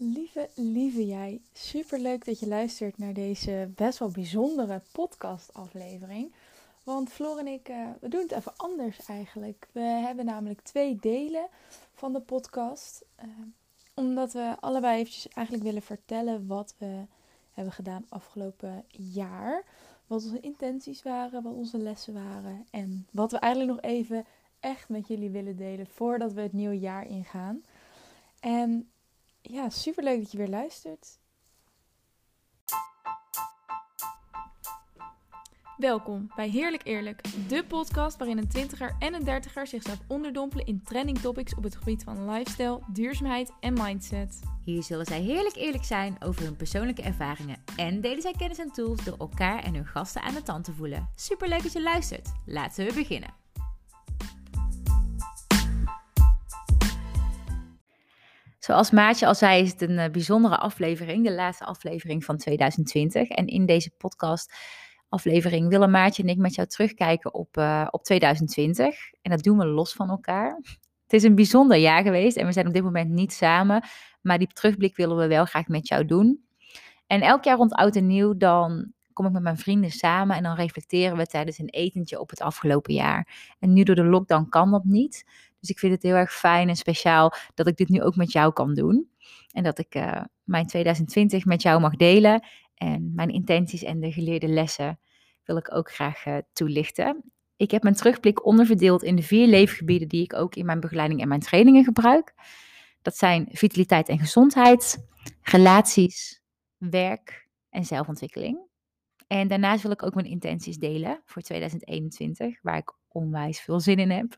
Lieve jij, superleuk dat je luistert naar deze best wel bijzondere podcastaflevering. Want Floor en ik, we doen het even anders eigenlijk. We hebben namelijk 2 delen van de podcast. Omdat we allebei eventjes eigenlijk willen vertellen wat we hebben gedaan afgelopen jaar. Wat onze intenties waren, wat onze lessen waren. En wat we eigenlijk nog even echt met jullie willen delen voordat we het nieuwe jaar ingaan. En ja, superleuk dat je weer luistert. Welkom bij Heerlijk Eerlijk, de podcast waarin een 20er en een 30er zichzelf onderdompelen in trending topics op het gebied van lifestyle, duurzaamheid en mindset. Hier zullen zij heerlijk eerlijk zijn over hun persoonlijke ervaringen en delen zij kennis en tools door elkaar en hun gasten aan de tand te voelen. Superleuk dat je luistert. Laten we beginnen. Zoals Maartje al zei, is het een bijzondere aflevering, de laatste aflevering van 2020. En in deze podcastaflevering willen Maartje en ik met jou terugkijken op 2020. En dat doen we los van elkaar. Het is een bijzonder jaar geweest en we zijn op dit moment niet samen. Maar die terugblik willen we wel graag met jou doen. En elk jaar rond oud en nieuw dan kom ik met mijn vrienden samen en dan reflecteren we tijdens een etentje op het afgelopen jaar. En nu door de lockdown kan dat niet. Dus ik vind het heel erg fijn en speciaal dat ik dit nu ook met jou kan doen. En dat ik mijn 2020 met jou mag delen. En mijn intenties en de geleerde lessen wil ik ook graag toelichten. Ik heb mijn terugblik onderverdeeld in de 4 leefgebieden die ik ook in mijn begeleiding en mijn trainingen gebruik. Dat zijn vitaliteit en gezondheid, relaties, werk en zelfontwikkeling. En daarnaast wil ik ook mijn intenties delen voor 2021, waar ik onwijs veel zin in heb.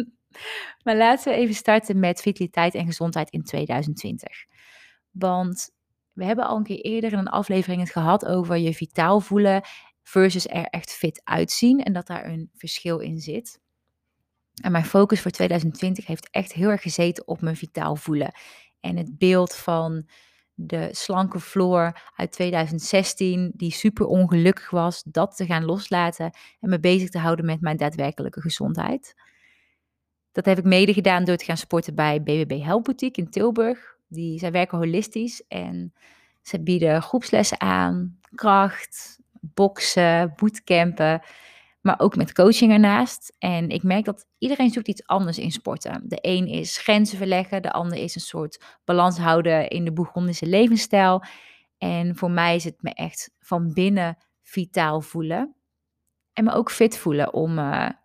Maar laten we even starten met vitaliteit en gezondheid in 2020. Want we hebben al een keer eerder in een aflevering het gehad over je vitaal voelen versus er echt fit uitzien en dat daar een verschil in zit. En mijn focus voor 2020 heeft echt heel erg gezeten op mijn vitaal voelen. En het beeld van de slanke Floor uit 2016, die super ongelukkig was, dat te gaan loslaten en me bezig te houden met mijn daadwerkelijke gezondheid. Dat heb ik mede gedaan door te gaan sporten bij BBB Health Boutique in Tilburg. Zij werken holistisch en ze bieden groepslessen aan, kracht, boksen, bootcampen, maar ook met coaching ernaast. En ik merk dat iedereen zoekt iets anders in sporten. De een is grenzen verleggen, de ander is een soort balans houden in de Bourgondische levensstijl. En voor mij is het me echt van binnen vitaal voelen. En me ook fit voelen om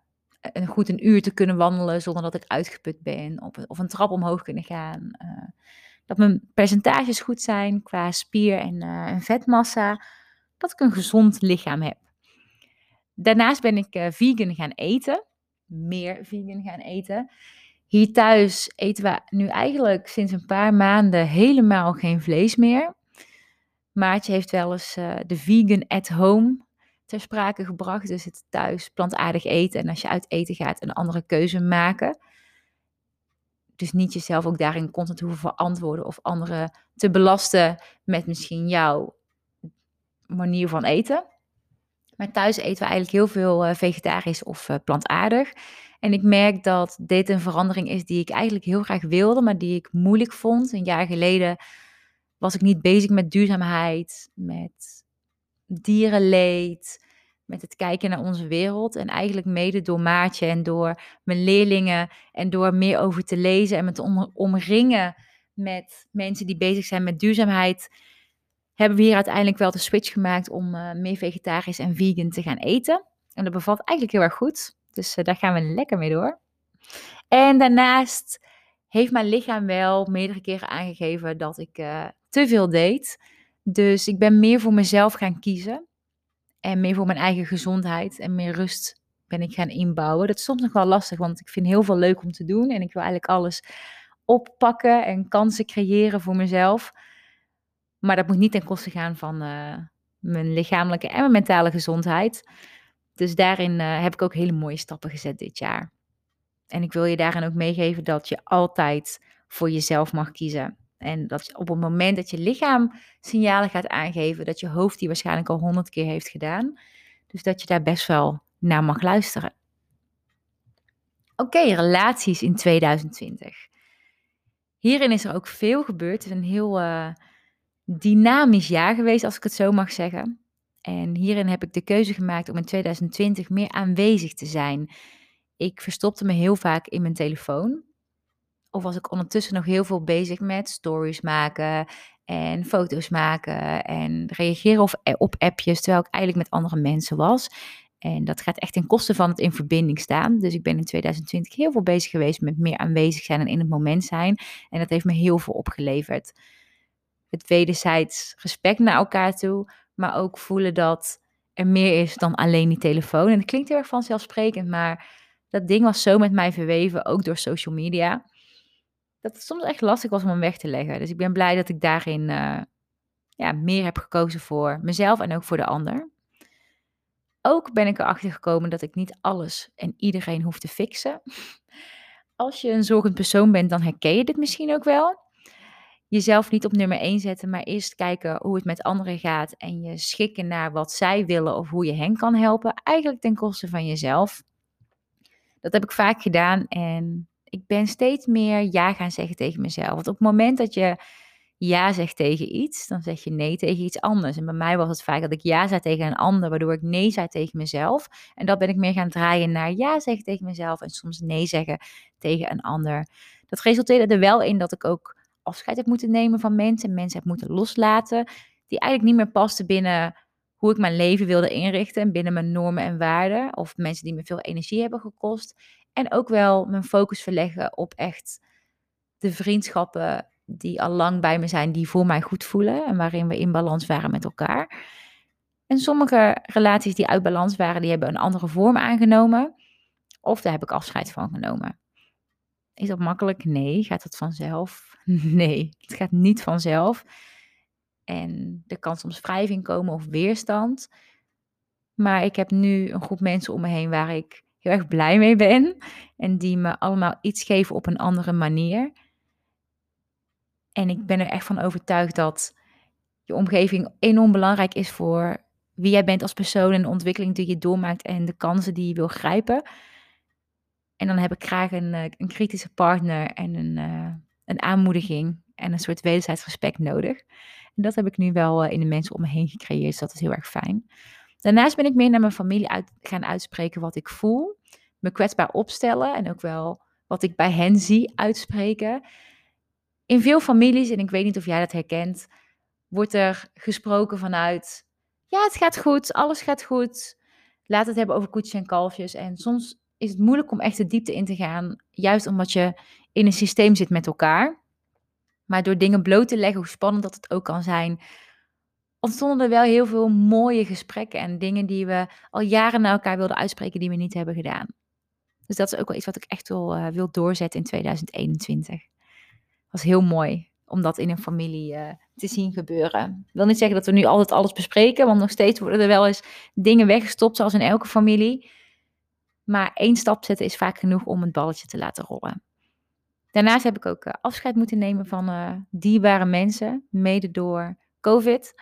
een uur te kunnen wandelen zonder dat ik uitgeput ben. Of een trap omhoog kunnen gaan. Dat mijn percentages goed zijn qua spier en vetmassa. Dat ik een gezond lichaam heb. Daarnaast ben ik vegan gaan eten. Meer vegan gaan eten. Hier thuis eten we nu eigenlijk sinds een paar maanden helemaal geen vlees meer. Maartje heeft wel eens de vegan at home ter sprake gebracht. Dus het thuis plantaardig eten en als je uit eten gaat een andere keuze maken. Dus niet jezelf ook daarin constant hoeven verantwoorden of anderen te belasten met misschien jouw manier van eten. Maar thuis eten we eigenlijk heel veel vegetarisch of plantaardig. En ik merk dat dit een verandering is die ik eigenlijk heel graag wilde, maar die ik moeilijk vond. Een jaar geleden was ik niet bezig met duurzaamheid, met dierenleed, met het kijken naar onze wereld. En eigenlijk mede door Maartje en door mijn leerlingen en door meer over te lezen en me te omringen met mensen die bezig zijn met duurzaamheid, hebben we hier uiteindelijk wel de switch gemaakt om meer vegetarisch en vegan te gaan eten. En dat bevalt eigenlijk heel erg goed. Dus daar gaan we lekker mee door. En daarnaast heeft mijn lichaam wel meerdere keren aangegeven dat ik te veel deed. Dus ik ben meer voor mezelf gaan kiezen. En meer voor mijn eigen gezondheid en meer rust ben ik gaan inbouwen. Dat is soms nog wel lastig, want ik vind heel veel leuk om te doen. En ik wil eigenlijk alles oppakken en kansen creëren voor mezelf. Maar dat moet niet ten koste gaan van mijn lichamelijke en mijn mentale gezondheid. Dus daarin heb ik ook hele mooie stappen gezet dit jaar. En ik wil je daarin ook meegeven dat je altijd voor jezelf mag kiezen. En dat je op het moment dat je lichaam signalen gaat aangeven, dat je hoofd die waarschijnlijk al 100 keer heeft gedaan. Dus dat je daar best wel naar mag luisteren. Oké, relaties in 2020. Hierin is er ook veel gebeurd. Het is een heel dynamisch jaar geweest, als ik het zo mag zeggen. En hierin heb ik de keuze gemaakt om in 2020 meer aanwezig te zijn. Ik verstopte me heel vaak in mijn telefoon. Of was ik ondertussen nog heel veel bezig met stories maken en foto's maken en reageren op appjes, terwijl ik eigenlijk met andere mensen was. En dat gaat echt ten koste van het in verbinding staan. Dus ik ben in 2020 heel veel bezig geweest met meer aanwezig zijn en in het moment zijn. En dat heeft me heel veel opgeleverd. Het wederzijds respect naar elkaar toe, maar ook voelen dat er meer is dan alleen die telefoon. En het klinkt heel erg vanzelfsprekend, maar dat ding was zo met mij verweven, ook door social media, dat het soms echt lastig was om hem weg te leggen. Dus ik ben blij dat ik daarin meer heb gekozen voor mezelf en ook voor de ander. Ook ben ik erachter gekomen dat ik niet alles en iedereen hoef te fixen. Als je een zorgend persoon bent, dan herken je dit misschien ook wel. Jezelf niet op nummer 1 zetten, maar eerst kijken hoe het met anderen gaat en je schikken naar wat zij willen of hoe je hen kan helpen. Eigenlijk ten koste van jezelf. Dat heb ik vaak gedaan en ik ben steeds meer ja gaan zeggen tegen mezelf. Want op het moment dat je ja zegt tegen iets, dan zeg je nee tegen iets anders. En bij mij was het vaak dat ik ja zei tegen een ander, waardoor ik nee zei tegen mezelf. En dat ben ik meer gaan draaien naar ja zeggen tegen mezelf en soms nee zeggen tegen een ander. Dat resulteerde er wel in dat ik ook afscheid heb moeten nemen van mensen heb moeten loslaten, die eigenlijk niet meer pasten binnen hoe ik mijn leven wilde inrichten en binnen mijn normen en waarden. Of mensen die me veel energie hebben gekost. En ook wel mijn focus verleggen op echt de vriendschappen die al lang bij me zijn, die voor mij goed voelen en waarin we in balans waren met elkaar. En sommige relaties die uit balans waren, die hebben een andere vorm aangenomen. Of daar heb ik afscheid van genomen. Is dat makkelijk? Nee. Gaat het vanzelf? Nee, het gaat niet vanzelf. En er kan soms wrijving komen of weerstand. Maar ik heb nu een groep mensen om me heen waar ik heel erg blij mee ben. En die me allemaal iets geven op een andere manier. En ik ben er echt van overtuigd dat je omgeving enorm belangrijk is voor wie jij bent als persoon en de ontwikkeling die je doormaakt en de kansen die je wil grijpen. En dan heb ik graag een kritische partner en een aanmoediging en een soort wederzijds respect nodig. En dat heb ik nu wel in de mensen om me heen gecreëerd, dus dat is heel erg fijn. Daarnaast ben ik meer naar mijn familie gaan uitspreken wat ik voel. Me kwetsbaar opstellen en ook wel wat ik bij hen zie uitspreken. In veel families, en ik weet niet of jij dat herkent, wordt er gesproken vanuit, ja, het gaat goed, alles gaat goed. Laat het hebben over koetjes en kalfjes. En soms is het moeilijk om echt de diepte in te gaan, juist omdat je in een systeem zit met elkaar. Maar door dingen bloot te leggen, hoe spannend dat het ook kan zijn, ontstonden er wel heel veel mooie gesprekken en dingen die we al jaren naar elkaar wilden uitspreken, die we niet hebben gedaan. Dus dat is ook wel iets wat ik echt wil doorzetten in 2021. Was heel mooi om dat in een familie te zien gebeuren. Ik wil niet zeggen dat we nu altijd alles bespreken, want nog steeds worden er wel eens dingen weggestopt, zoals in elke familie. Maar 1 stap zetten is vaak genoeg om het balletje te laten rollen. Daarnaast heb ik ook afscheid moeten nemen van dierbare mensen, mede door COVID.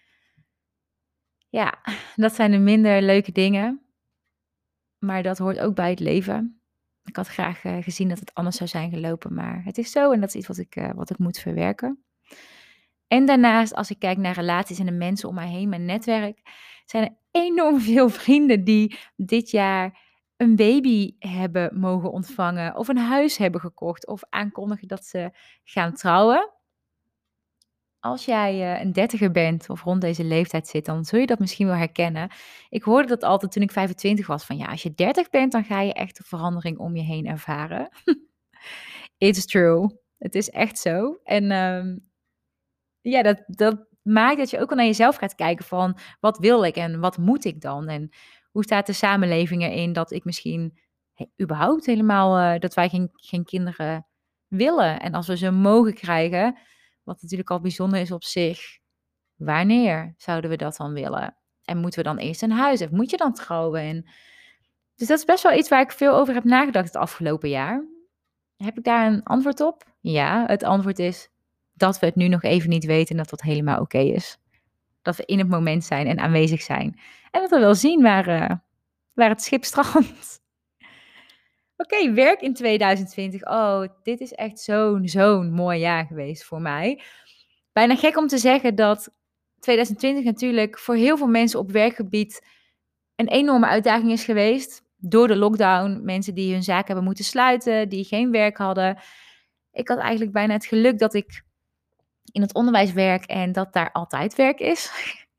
Ja, dat zijn de minder leuke dingen, maar dat hoort ook bij het leven. Ik had graag gezien dat het anders zou zijn gelopen, maar het is zo en dat is iets wat ik moet verwerken. En daarnaast, als ik kijk naar relaties en de mensen om mij heen, mijn netwerk, zijn er enorm veel vrienden die dit jaar een baby hebben mogen ontvangen of een huis hebben gekocht of aankondigen dat ze gaan trouwen. Als jij een dertiger bent of rond deze leeftijd zit, dan zul je dat misschien wel herkennen. Ik hoorde dat altijd toen ik 25 was, van ja, als je 30 bent, dan ga je echt een verandering om je heen ervaren. It's true. Het is echt zo. En ja, dat maakt dat je ook wel naar jezelf gaat kijken van, wat wil ik en wat moet ik dan? En hoe staat de samenleving erin dat ik misschien überhaupt helemaal, dat wij geen kinderen willen? En als we ze mogen krijgen, wat natuurlijk al bijzonder is op zich, wanneer zouden we dat dan willen? En moeten we dan eerst een huis of moet je dan trouwen? Dus dat is best wel iets waar ik veel over heb nagedacht het afgelopen jaar. Heb ik daar een antwoord op? Ja, het antwoord is dat we het nu nog even niet weten en dat dat helemaal oké is. Dat we in het moment zijn en aanwezig zijn. En dat we wel zien waar het schip strandt. Oké, werk in 2020. Oh, dit is echt zo'n mooi jaar geweest voor mij. Bijna gek om te zeggen dat 2020 natuurlijk voor heel veel mensen op werkgebied een enorme uitdaging is geweest. Door de lockdown, mensen die hun zaak hebben moeten sluiten, die geen werk hadden. Ik had eigenlijk bijna het geluk dat ik in het onderwijs werk en dat daar altijd werk is.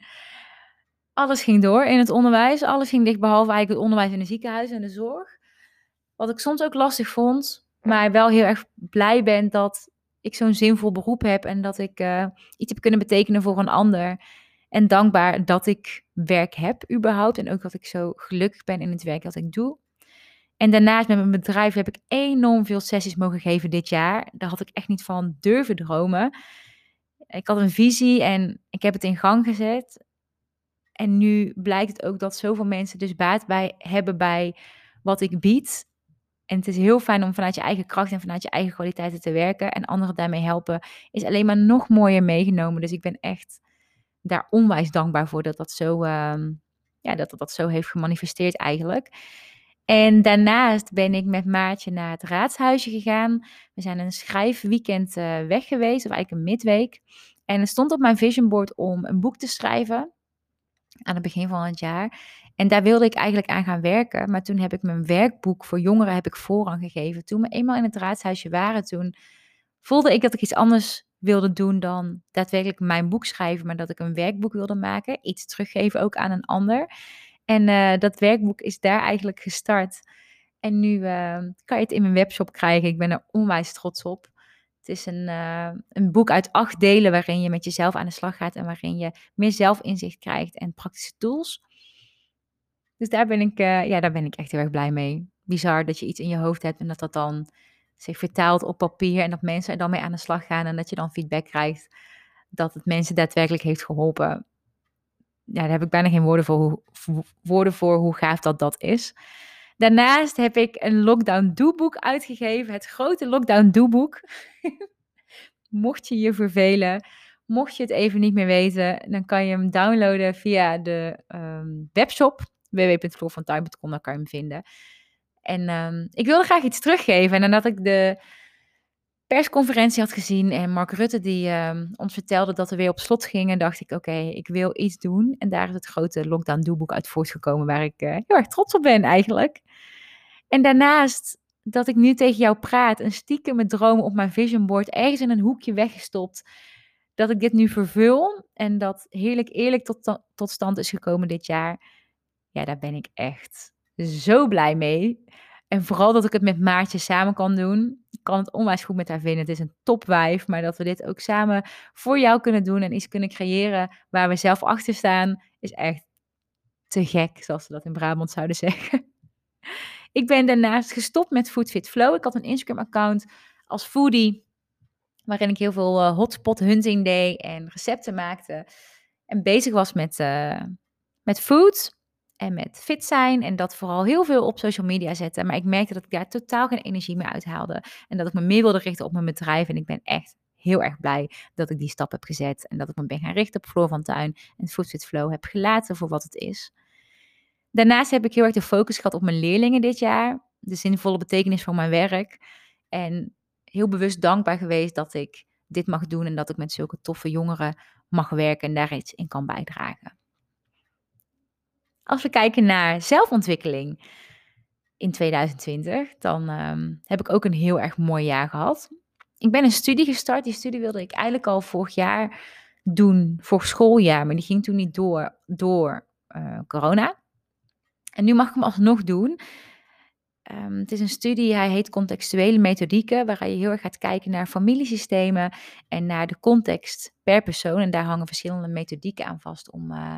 Alles ging door in het onderwijs. Alles ging dicht, behalve eigenlijk het onderwijs in de ziekenhuis en de zorg. Wat ik soms ook lastig vond, maar wel heel erg blij ben dat ik zo'n zinvol beroep heb en dat ik iets heb kunnen betekenen voor een ander. En dankbaar dat ik werk heb überhaupt en ook dat ik zo gelukkig ben in het werk dat ik doe. En daarnaast met mijn bedrijf heb ik enorm veel sessies mogen geven dit jaar. Daar had ik echt niet van durven dromen. Ik had een visie en ik heb het in gang gezet. En nu blijkt het ook dat zoveel mensen dus baat bij hebben bij wat ik bied. En het is heel fijn om vanuit je eigen kracht en vanuit je eigen kwaliteiten te werken. En anderen daarmee helpen is alleen maar nog mooier meegenomen. Dus ik ben echt daar onwijs dankbaar voor dat dat zo, dat zo heeft gemanifesteerd eigenlijk. En daarnaast ben ik met Maartje naar het Raadshuisje gegaan. We zijn een schrijfweekend weg geweest, of eigenlijk een midweek. En er stond op mijn vision board om een boek te schrijven aan het begin van het jaar. En daar wilde ik eigenlijk aan gaan werken. Maar toen heb ik mijn werkboek voor jongeren heb ik voorrang gegeven. Toen we eenmaal in het Raadshuisje waren, toen voelde ik dat ik iets anders wilde doen dan daadwerkelijk mijn boek schrijven, maar dat ik een werkboek wilde maken. Iets teruggeven ook aan een ander. En dat werkboek is daar eigenlijk gestart. En nu kan je het in mijn webshop krijgen. Ik ben er onwijs trots op. Het is een boek uit 8 delen waarin je met jezelf aan de slag gaat en waarin je meer zelfinzicht krijgt en praktische tools. Dus daar ben ik echt heel erg blij mee. Bizar dat je iets in je hoofd hebt en dat dat dan zich vertaalt op papier en dat mensen er dan mee aan de slag gaan en dat je dan feedback krijgt dat het mensen daadwerkelijk heeft geholpen. Ja, daar heb ik bijna geen woorden voor hoe gaaf dat is. Daarnaast heb ik een Lockdown Doeboek uitgegeven, het grote Lockdown Doeboek. Mocht je je vervelen, mocht je het even niet meer weten, dan kan je hem downloaden via de webshop www.floorvantuin.com, daar kan je hem vinden. En ik wilde graag iets teruggeven. En nadat ik de persconferentie had gezien en Mark Rutte die ons vertelde dat we weer op slot gingen, dacht ik, oké, ik wil iets doen. En daar is het grote Lockdown Doeboek uit voortgekomen, waar ik heel erg trots op ben eigenlijk. En daarnaast dat ik nu tegen jou praat, een stiekeme droom op mijn vision board ergens in een hoekje weggestopt, dat ik dit nu vervul en dat heerlijk eerlijk tot stand is gekomen dit jaar. Ja, daar ben ik echt zo blij mee. En vooral dat ik het met Maartje samen kan doen. Ik kan het onwijs goed met haar vinden. Het is een topwijf, maar dat we dit ook samen voor jou kunnen doen en iets kunnen creëren waar we zelf achter staan, is echt te gek, zoals ze dat in Brabant zouden zeggen. Ik ben daarnaast gestopt met Food Fit Flow. Ik had een Instagram-account als foodie, waarin ik heel veel hotspot hunting deed en recepten maakte. En bezig was met food en met fit zijn. En dat vooral heel veel op social media zetten. Maar ik merkte dat ik daar totaal geen energie meer uithaalde. En dat ik me meer wilde richten op mijn bedrijf. En ik ben echt heel erg blij dat ik die stap heb gezet. En dat ik me ben gaan richten op Floor van Tuin. En Food Fit Flow heb gelaten voor wat het is. Daarnaast heb ik heel erg de focus gehad op mijn leerlingen dit jaar. De zinvolle betekenis van mijn werk. En heel bewust dankbaar geweest dat ik dit mag doen. En dat ik met zulke toffe jongeren mag werken en daar iets in kan bijdragen. Als we kijken naar zelfontwikkeling in 2020, dan heb ik ook een heel erg mooi jaar gehad. Ik ben een studie gestart. Die studie wilde ik eigenlijk al vorig jaar doen, vorig schooljaar. Maar die ging toen niet door corona. En nu mag ik hem alsnog doen. Het is een studie, hij heet Contextuele Methodieken, waar je heel erg gaat kijken naar familiesystemen en naar de context per persoon. En daar hangen verschillende methodieken aan vast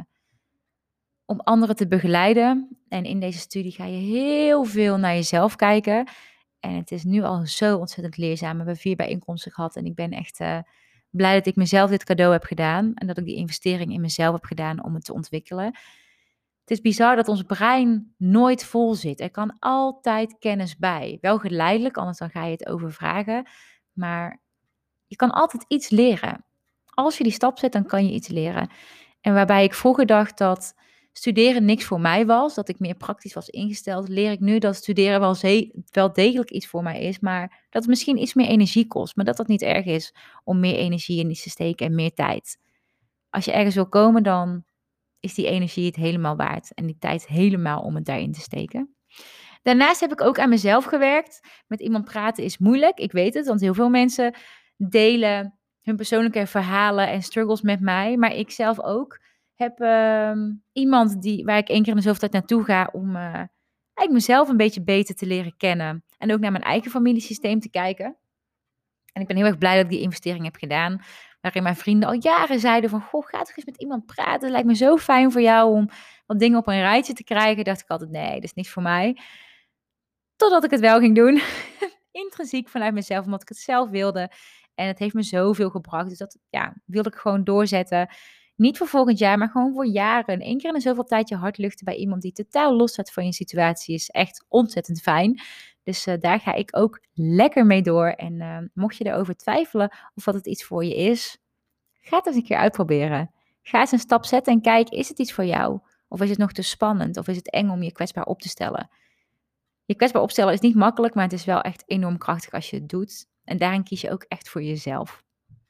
om anderen te begeleiden. En in deze studie ga je heel veel naar jezelf kijken. En het is nu al zo ontzettend leerzaam. We hebben 4 bijeenkomsten gehad en ik ben echt blij dat ik mezelf dit cadeau heb gedaan. En dat ik die investering in mezelf heb gedaan om het te ontwikkelen. Het is bizar dat ons brein nooit vol zit. Er kan altijd kennis bij. Wel geleidelijk, anders dan ga je het overvragen. Maar je kan altijd iets leren. Als je die stap zet, dan kan je iets leren. En waarbij ik vroeger dacht dat studeren niks voor mij was, dat ik meer praktisch was ingesteld, leer ik nu dat studeren wel degelijk iets voor mij is, maar dat het misschien iets meer energie kost, maar dat dat niet erg is om meer energie in iets te steken en meer tijd. Als je ergens wil komen, dan is die energie het helemaal waard en die tijd helemaal om het daarin te steken. Daarnaast heb ik ook aan mezelf gewerkt. Met iemand praten is moeilijk, ik weet het, want heel veel mensen delen hun persoonlijke verhalen en struggles met mij, maar ik zelf ook heb iemand waar ik 1 keer in de zoveel tijd naartoe ga om eigenlijk mezelf een beetje beter te leren kennen en ook naar mijn eigen familiesysteem te kijken. En ik ben heel erg blij dat ik die investering heb gedaan. Waarin mijn vrienden al jaren zeiden van, goh, ga toch eens met iemand praten. Het lijkt me zo fijn voor jou om wat dingen op een rijtje te krijgen. Dacht ik altijd, nee, dat is niks voor mij. Totdat ik het wel ging doen. Intrinsiek vanuit mezelf, omdat ik het zelf wilde. En het heeft me zoveel gebracht. Dus dat wilde ik gewoon doorzetten. Niet voor volgend jaar, maar gewoon voor jaren. En 1 keer in de zoveel tijd je hart luchten bij iemand die totaal los staat van je situatie is echt ontzettend fijn. Dus daar ga ik ook lekker mee door. En mocht je erover twijfelen of wat het iets voor je is, ga het eens een keer uitproberen. Ga eens een stap zetten en kijk, is het iets voor jou? Of is het nog te spannend? Of is het eng om je kwetsbaar op te stellen? Je kwetsbaar opstellen is niet makkelijk, maar het is wel echt enorm krachtig als je het doet. En daarin kies je ook echt voor jezelf.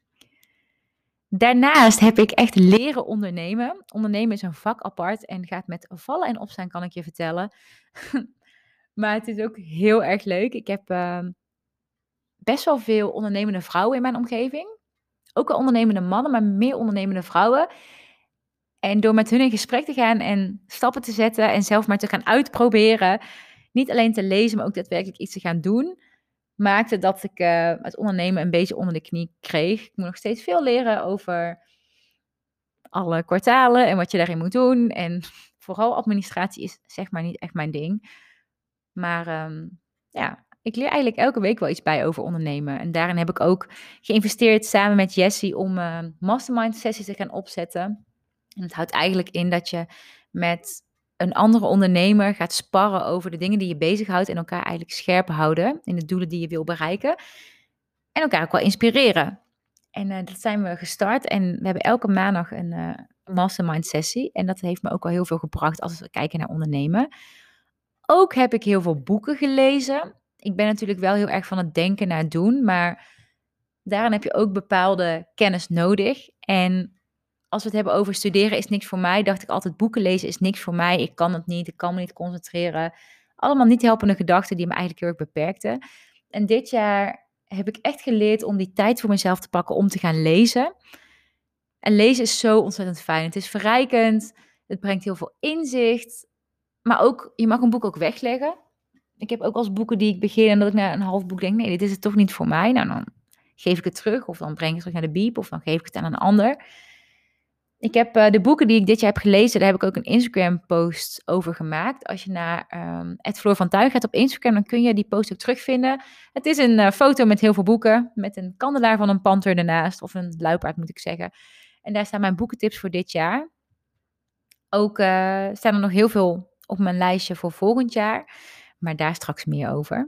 Daarnaast heb ik echt leren ondernemen. Ondernemen is een vak apart en gaat met vallen en opstaan, kan ik je vertellen. Maar het is ook heel erg leuk. Ik heb best wel veel ondernemende vrouwen in mijn omgeving. Ook wel ondernemende mannen, maar meer ondernemende vrouwen. En door met hun in gesprek te gaan en stappen te zetten en zelf maar te gaan uitproberen. Niet alleen te lezen, maar ook daadwerkelijk iets te gaan doen. Maakte dat ik het ondernemen een beetje onder de knie kreeg. Ik moet nog steeds veel leren over alle kwartalen en wat je daarin moet doen. En vooral administratie is zeg maar niet echt mijn ding. Maar ik leer eigenlijk elke week wel iets bij over ondernemen. En daarin heb ik ook geïnvesteerd samen met Jessie om mastermind sessies te gaan opzetten. En het houdt eigenlijk in dat je met een andere ondernemer gaat sparren over de dingen die je bezighoudt en elkaar eigenlijk scherp houden in de doelen die je wil bereiken. En elkaar ook wel inspireren. En dat zijn we gestart en we hebben elke maandag een mastermind sessie. En dat heeft me ook wel heel veel gebracht als we kijken naar ondernemen. Ook heb ik heel veel boeken gelezen. Ik ben natuurlijk wel heel erg van het denken naar het doen, maar daarin heb je ook bepaalde kennis nodig. En als we het hebben over studeren is niks voor mij, dacht ik altijd boeken lezen is niks voor mij. Ik kan het niet, ik kan me niet concentreren. Allemaal niet helpende gedachten die me eigenlijk heel erg beperkten. En dit jaar heb ik echt geleerd om die tijd voor mezelf te pakken om te gaan lezen. En lezen is zo ontzettend fijn. Het is verrijkend, het brengt heel veel inzicht. Maar ook, je mag een boek ook wegleggen. Ik heb ook als boeken die ik begin en dat ik na een half boek denk, nee, dit is het toch niet voor mij. Nou, dan geef ik het terug of dan breng ik het terug naar de bieb of dan geef ik het aan een ander. Ik heb de boeken die ik dit jaar heb gelezen, daar heb ik ook een Instagram post over gemaakt. Als je naar @Floor van Tuin gaat op Instagram, dan kun je die post ook terugvinden. Het is een foto met heel veel boeken, met een kandelaar van een panter ernaast, of een luipaard moet ik zeggen. En daar staan mijn boekentips voor dit jaar. Ook staan er nog heel veel op mijn lijstje voor volgend jaar, maar daar straks meer over.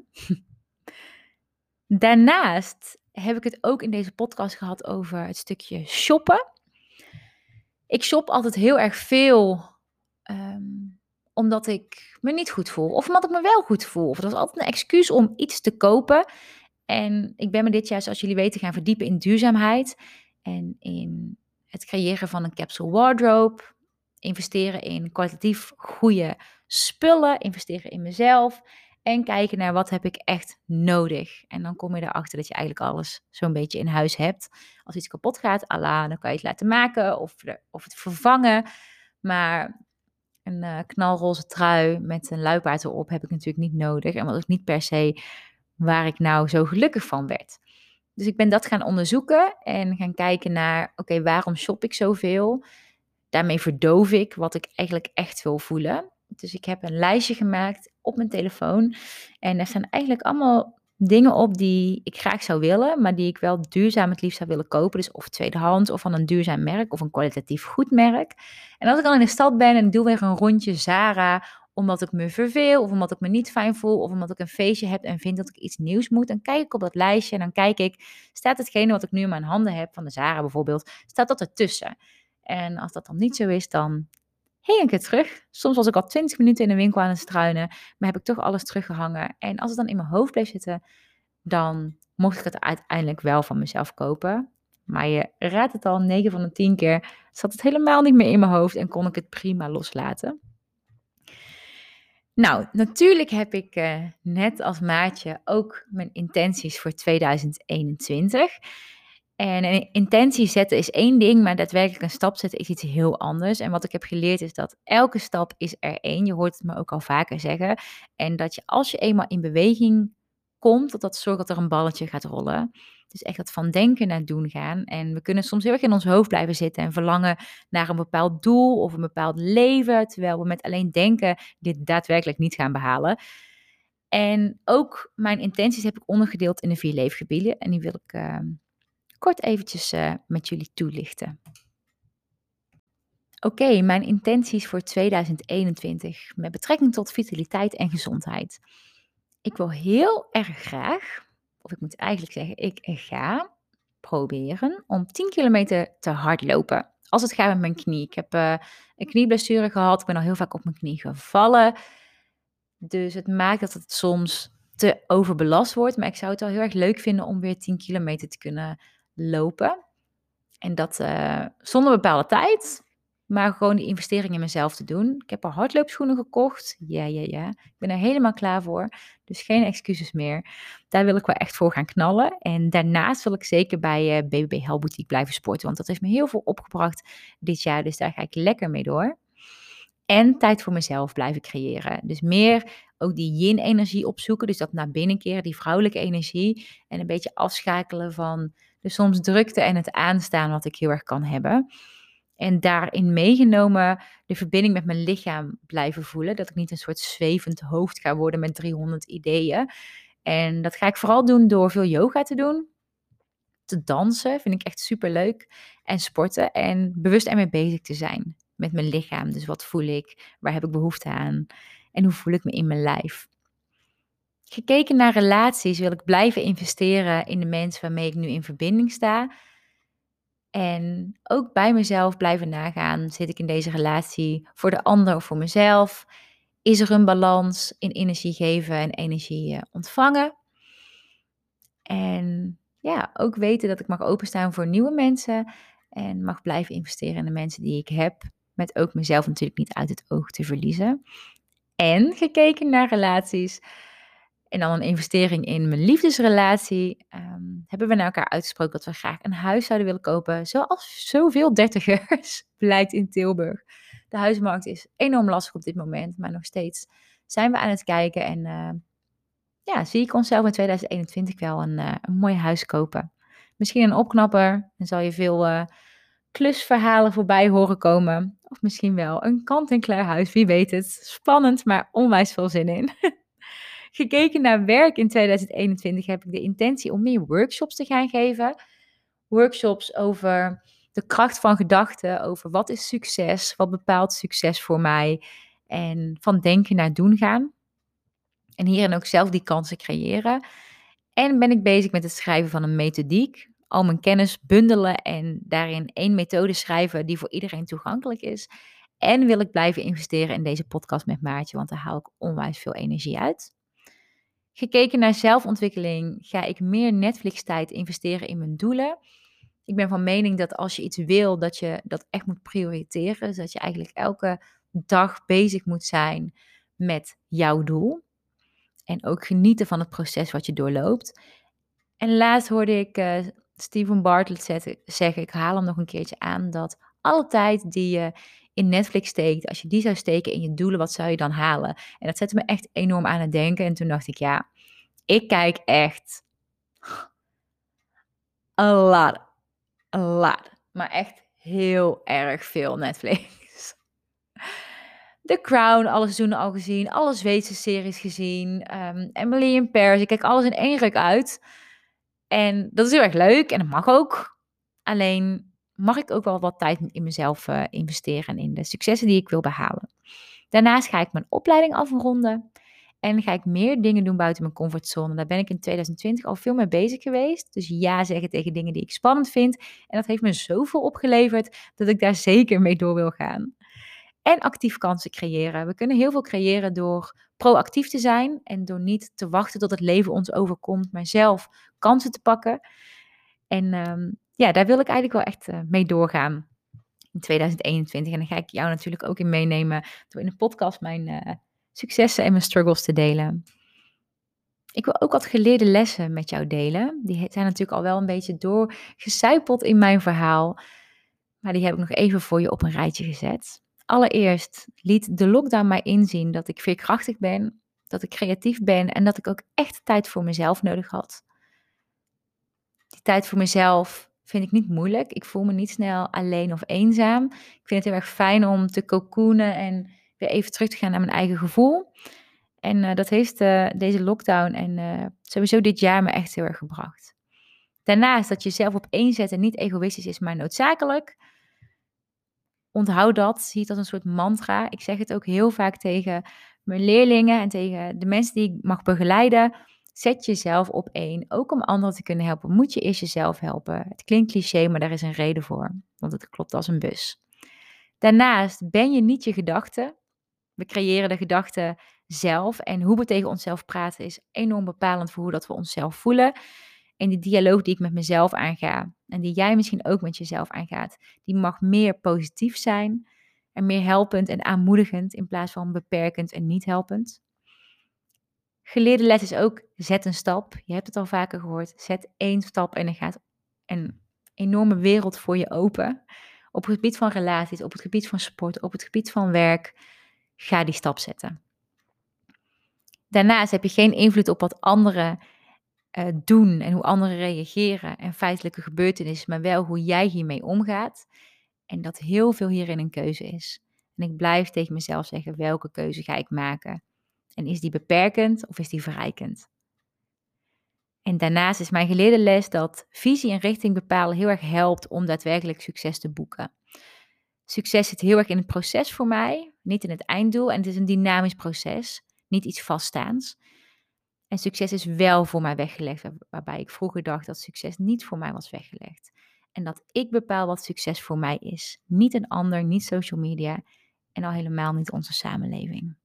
Daarnaast heb ik het ook in deze podcast gehad over het stukje shoppen. Ik shop altijd heel erg veel omdat ik me niet goed voel. Of omdat ik me wel goed voel. Of dat is altijd een excuus om iets te kopen. En ik ben me dit jaar, zoals jullie weten, gaan verdiepen in duurzaamheid. En in het creëren van een capsule wardrobe. Investeren in kwalitatief goede spullen. Investeren in mezelf. En kijken naar wat heb ik echt nodig. En dan kom je erachter dat je eigenlijk alles zo'n beetje in huis hebt. Als iets kapot gaat, dan kan je het laten maken of het vervangen. Maar een knalroze trui met een luipaard erop heb ik natuurlijk niet nodig. En was ook niet per se waar ik nou zo gelukkig van werd. Dus ik ben dat gaan onderzoeken en gaan kijken naar, oké, waarom shop ik zoveel? Daarmee verdoof ik wat ik eigenlijk echt wil voelen. Dus ik heb een lijstje gemaakt op mijn telefoon. En daar staan eigenlijk allemaal dingen op die ik graag zou willen, maar die ik wel duurzaam het liefst zou willen kopen. Dus of tweedehands, of van een duurzaam merk, of een kwalitatief goed merk. En als ik dan in de stad ben en ik doe weer een rondje Zara, omdat ik me verveel, of omdat ik me niet fijn voel, of omdat ik een feestje heb en vind dat ik iets nieuws moet, dan kijk ik op dat lijstje en dan kijk ik, staat hetgene wat ik nu in mijn handen heb, van de Zara bijvoorbeeld, staat dat ertussen? En als dat dan niet zo is, dan hing ik het terug. Soms was ik al 20 minuten in de winkel aan het struinen, maar heb ik toch alles teruggehangen. En als het dan in mijn hoofd bleef zitten, dan mocht ik het uiteindelijk wel van mezelf kopen. Maar je raadt het al, 9 van de 10 keer zat het helemaal niet meer in mijn hoofd en kon ik het prima loslaten. Nou, natuurlijk heb ik net als Maartje ook mijn intenties voor 2021. En een intentie zetten is één ding, maar daadwerkelijk een stap zetten is iets heel anders. En wat ik heb geleerd is dat elke stap is er één. Je hoort het me ook al vaker zeggen. En dat je als je eenmaal in beweging komt, dat zorgt dat er een balletje gaat rollen. Dus echt dat van denken naar doen gaan. En we kunnen soms heel erg in ons hoofd blijven zitten en verlangen naar een bepaald doel of een bepaald leven, terwijl we met alleen denken dit daadwerkelijk niet gaan behalen. En ook mijn intenties heb ik ondergedeeld in de 4 leefgebieden. En die wil ik kort eventjes met jullie toelichten. Oké, mijn intenties voor 2021 met betrekking tot vitaliteit en gezondheid. Ik wil heel erg graag, of ik moet eigenlijk zeggen, ik ga proberen om 10 kilometer te hardlopen. Als het gaat met mijn knie. Ik heb een knieblessure gehad. Ik ben al heel vaak op mijn knie gevallen. Dus het maakt dat het soms te overbelast wordt. Maar ik zou het wel heel erg leuk vinden om weer 10 kilometer te kunnen lopen. En dat zonder bepaalde tijd, maar gewoon die investering in mezelf te doen. Ik heb al hardloopschoenen gekocht. Ja. Ik ben er helemaal klaar voor. Dus geen excuses meer. Daar wil ik wel echt voor gaan knallen. En daarnaast wil ik zeker bij BBB Hell Boutique blijven sporten. Want dat heeft me heel veel opgebracht dit jaar. Dus daar ga ik lekker mee door. En tijd voor mezelf blijven creëren. Dus meer ook die yin-energie opzoeken. Dus dat naar binnen keren, die vrouwelijke energie. En een beetje afschakelen van de soms drukte en het aanstaan wat ik heel erg kan hebben. En daarin meegenomen de verbinding met mijn lichaam blijven voelen. Dat ik niet een soort zwevend hoofd ga worden met 300 ideeën. En dat ga ik vooral doen door veel yoga te doen. Te dansen vind ik echt super leuk. En sporten en bewust ermee bezig te zijn met mijn lichaam. Dus wat voel ik? Waar heb ik behoefte aan? En hoe voel ik me in mijn lijf? Gekeken naar relaties wil ik blijven investeren in de mensen waarmee ik nu in verbinding sta. En ook bij mezelf blijven nagaan, zit ik in deze relatie voor de ander of voor mezelf? Is er een balans in energie geven en energie ontvangen? En ja, ook weten dat ik mag openstaan voor nieuwe mensen en mag blijven investeren in de mensen die ik heb, met ook mezelf natuurlijk niet uit het oog te verliezen. En gekeken naar relaties en dan een investering in mijn liefdesrelatie, hebben we naar elkaar uitgesproken dat we graag een huis zouden willen kopen, zoals zoveel dertigers blijkt in Tilburg. De huismarkt is enorm lastig op dit moment, maar nog steeds zijn we aan het kijken en ja, zie ik onszelf in 2021 wel een mooi huis kopen. Misschien een opknapper, dan zal je veel klusverhalen voorbij horen komen. Of misschien wel een kant-en-klaar huis, wie weet het. Spannend, maar onwijs veel zin in. Gekeken naar werk in 2021 heb ik de intentie om meer workshops te gaan geven. Workshops over de kracht van gedachten, over wat is succes, wat bepaalt succes voor mij. En van denken naar doen gaan. En hierin ook zelf die kansen creëren. En ben ik bezig met het schrijven van een methodiek. Al mijn kennis bundelen en daarin één methode schrijven die voor iedereen toegankelijk is. En wil ik blijven investeren in deze podcast met Maartje, want daar haal ik onwijs veel energie uit. Gekeken naar zelfontwikkeling ga ik meer Netflix-tijd investeren in mijn doelen. Ik ben van mening dat als je iets wil, dat je dat echt moet prioriteren. Dus dat je eigenlijk elke dag bezig moet zijn met jouw doel. En ook genieten van het proces wat je doorloopt. En laatst hoorde ik Steven Bartlett zeggen, ik haal hem nog een keertje aan, dat alle tijd die je in Netflix steekt, als je die zou steken in je doelen, wat zou je dan halen? En dat zette me echt enorm aan het denken. En toen dacht ik, ja, ik kijk echt a lot, maar echt heel erg veel Netflix. The Crown, alle seizoenen al gezien, alle Zweedse series gezien, Emily in Paris, ik kijk alles in één ruk uit. En dat is heel erg leuk en dat mag ook. Alleen mag ik ook wel wat tijd in mezelf investeren en in de successen die ik wil behalen. Daarnaast ga ik mijn opleiding afronden en ga ik meer dingen doen buiten mijn comfortzone. Daar ben ik in 2020 al veel mee bezig geweest. Dus ja zeggen tegen dingen die ik spannend vind. En dat heeft me zoveel opgeleverd dat ik daar zeker mee door wil gaan. en actief kansen creëren. We kunnen heel veel creëren door proactief te zijn en door niet te wachten tot het leven ons overkomt, maar zelf kansen te pakken. En daar wil ik eigenlijk wel echt mee doorgaan in 2021. En dan ga ik jou natuurlijk ook in meenemen door in de podcast mijn successen en mijn struggles te delen. Ik wil ook wat geleerde lessen met jou delen. Die zijn natuurlijk al wel een beetje doorgecijpeld in mijn verhaal. Maar die heb ik nog even voor je op een rijtje gezet. Allereerst liet de lockdown mij inzien dat ik veerkrachtig ben, dat ik creatief ben en dat ik ook echt tijd voor mezelf nodig had. Die tijd voor mezelf vind ik niet moeilijk. Ik voel me niet snel alleen of eenzaam. Ik vind het heel erg fijn om te cocoonen en weer even terug te gaan naar mijn eigen gevoel. En dat heeft deze lockdown en sowieso dit jaar me echt heel erg gebracht. Daarnaast dat jezelf opeenzetten niet egoïstisch is, maar noodzakelijk. Onthoud dat, zie het als een soort mantra. Ik zeg het ook heel vaak tegen mijn leerlingen en tegen de mensen die ik mag begeleiden. Zet jezelf op één. Ook om anderen te kunnen helpen, moet je eerst jezelf helpen. Het klinkt cliché, maar daar is een reden voor. Want het klopt als een bus. Daarnaast ben je niet je gedachten. We creëren de gedachten zelf. En hoe we tegen onszelf praten is enorm bepalend voor hoe dat we onszelf voelen. En die dialoog die ik met mezelf aanga, en die jij misschien ook met jezelf aangaat, die mag meer positief zijn en meer helpend en aanmoedigend in plaats van beperkend en niet helpend. Geleerde les is ook, zet een stap. Je hebt het al vaker gehoord. Zet één stap en er gaat een enorme wereld voor je open. Op het gebied van relaties, op het gebied van sport, op het gebied van werk. Ga die stap zetten. Daarnaast heb je geen invloed op wat anderen doen en hoe anderen reageren en feitelijke gebeurtenissen, maar wel hoe jij hiermee omgaat. En dat heel veel hierin een keuze is. En ik blijf tegen mezelf zeggen, welke keuze ga ik maken? En is die beperkend of is die verrijkend? En daarnaast is mijn geleerde les dat visie en richting bepalen heel erg helpt om daadwerkelijk succes te boeken. Succes zit heel erg in het proces voor mij, niet in het einddoel. En het is een dynamisch proces, niet iets vaststaands. En succes is wel voor mij weggelegd, waarbij ik vroeger dacht dat succes niet voor mij was weggelegd. En dat ik bepaal wat succes voor mij is. Niet een ander, niet social media en al helemaal niet onze samenleving.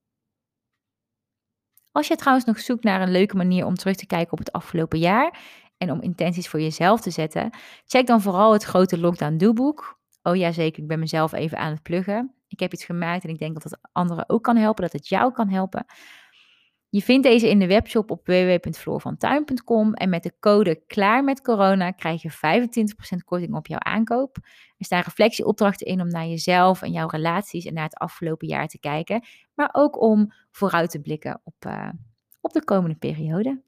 Als je trouwens nog zoekt naar een leuke manier om terug te kijken op het afgelopen jaar en om intenties voor jezelf te zetten, check dan vooral het grote Lockdown doelboek. Oh ja, zeker, ik ben mezelf even aan het pluggen. Ik heb iets gemaakt en ik denk dat het anderen ook kan helpen, dat het jou kan helpen. Je vindt deze in de webshop op www.floorvantuin.com en met de code KLAARMETCORONA krijg je 25% korting op jouw aankoop. Er staan reflectieopdrachten in om naar jezelf en jouw relaties en naar het afgelopen jaar te kijken, maar ook om vooruit te blikken op de komende periode.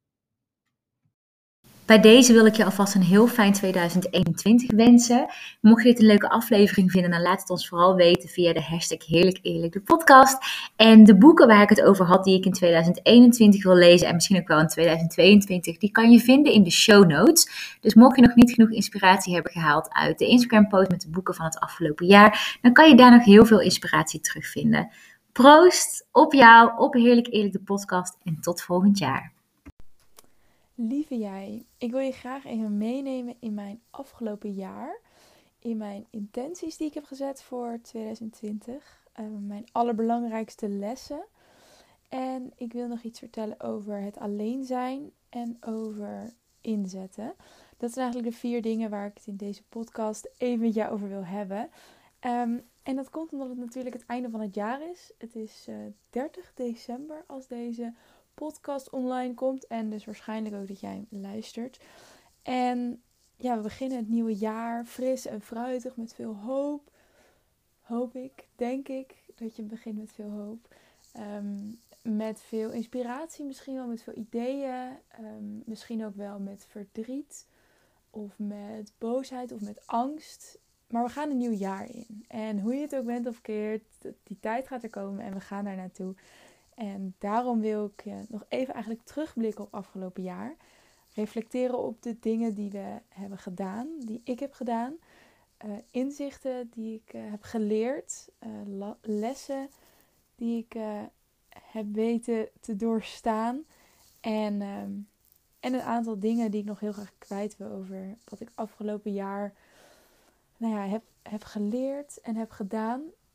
Bij deze wil ik je alvast een heel fijn 2021 wensen. Mocht je dit een leuke aflevering vinden, dan laat het ons vooral weten via de hashtag Heerlijk Eerlijk de podcast. En de boeken waar ik het over had, die ik in 2021 wil lezen en misschien ook wel in 2022, die kan je vinden in de show notes. Dus mocht je nog niet genoeg inspiratie hebben gehaald uit de Instagram post met de boeken van het afgelopen jaar, dan kan je daar nog heel veel inspiratie terugvinden. Proost op jou, op Heerlijk Eerlijk de podcast en tot volgend jaar. Lieve jij, ik wil je graag even meenemen in mijn afgelopen jaar. In mijn intenties die ik heb gezet voor 2020. Mijn allerbelangrijkste lessen. En ik wil nog iets vertellen over het alleen zijn en over inzetten. Dat zijn eigenlijk de 4 dingen waar ik het in deze podcast even met jou over wil hebben. En dat komt omdat het natuurlijk het einde van het jaar is. Het is 30 december als deze podcast online komt. En dus waarschijnlijk ook dat jij hem luistert. En ja, we beginnen het nieuwe jaar fris en fruitig met veel hoop. Hoop ik, denk ik, dat je begint met veel hoop. Met veel inspiratie, misschien wel met veel ideeën. Misschien ook wel met verdriet. Of met boosheid of met angst. Maar we gaan een nieuw jaar in. En hoe je het ook bent of keert, die tijd gaat er komen en we gaan daar naartoe. En daarom wil ik nog even eigenlijk terugblikken op afgelopen jaar. Reflecteren op de dingen die we hebben gedaan, die ik heb gedaan. Inzichten die ik heb geleerd. Lessen die ik heb weten te doorstaan. En een aantal dingen die ik nog heel graag kwijt wil over wat ik afgelopen jaar heb geleerd en heb gedaan.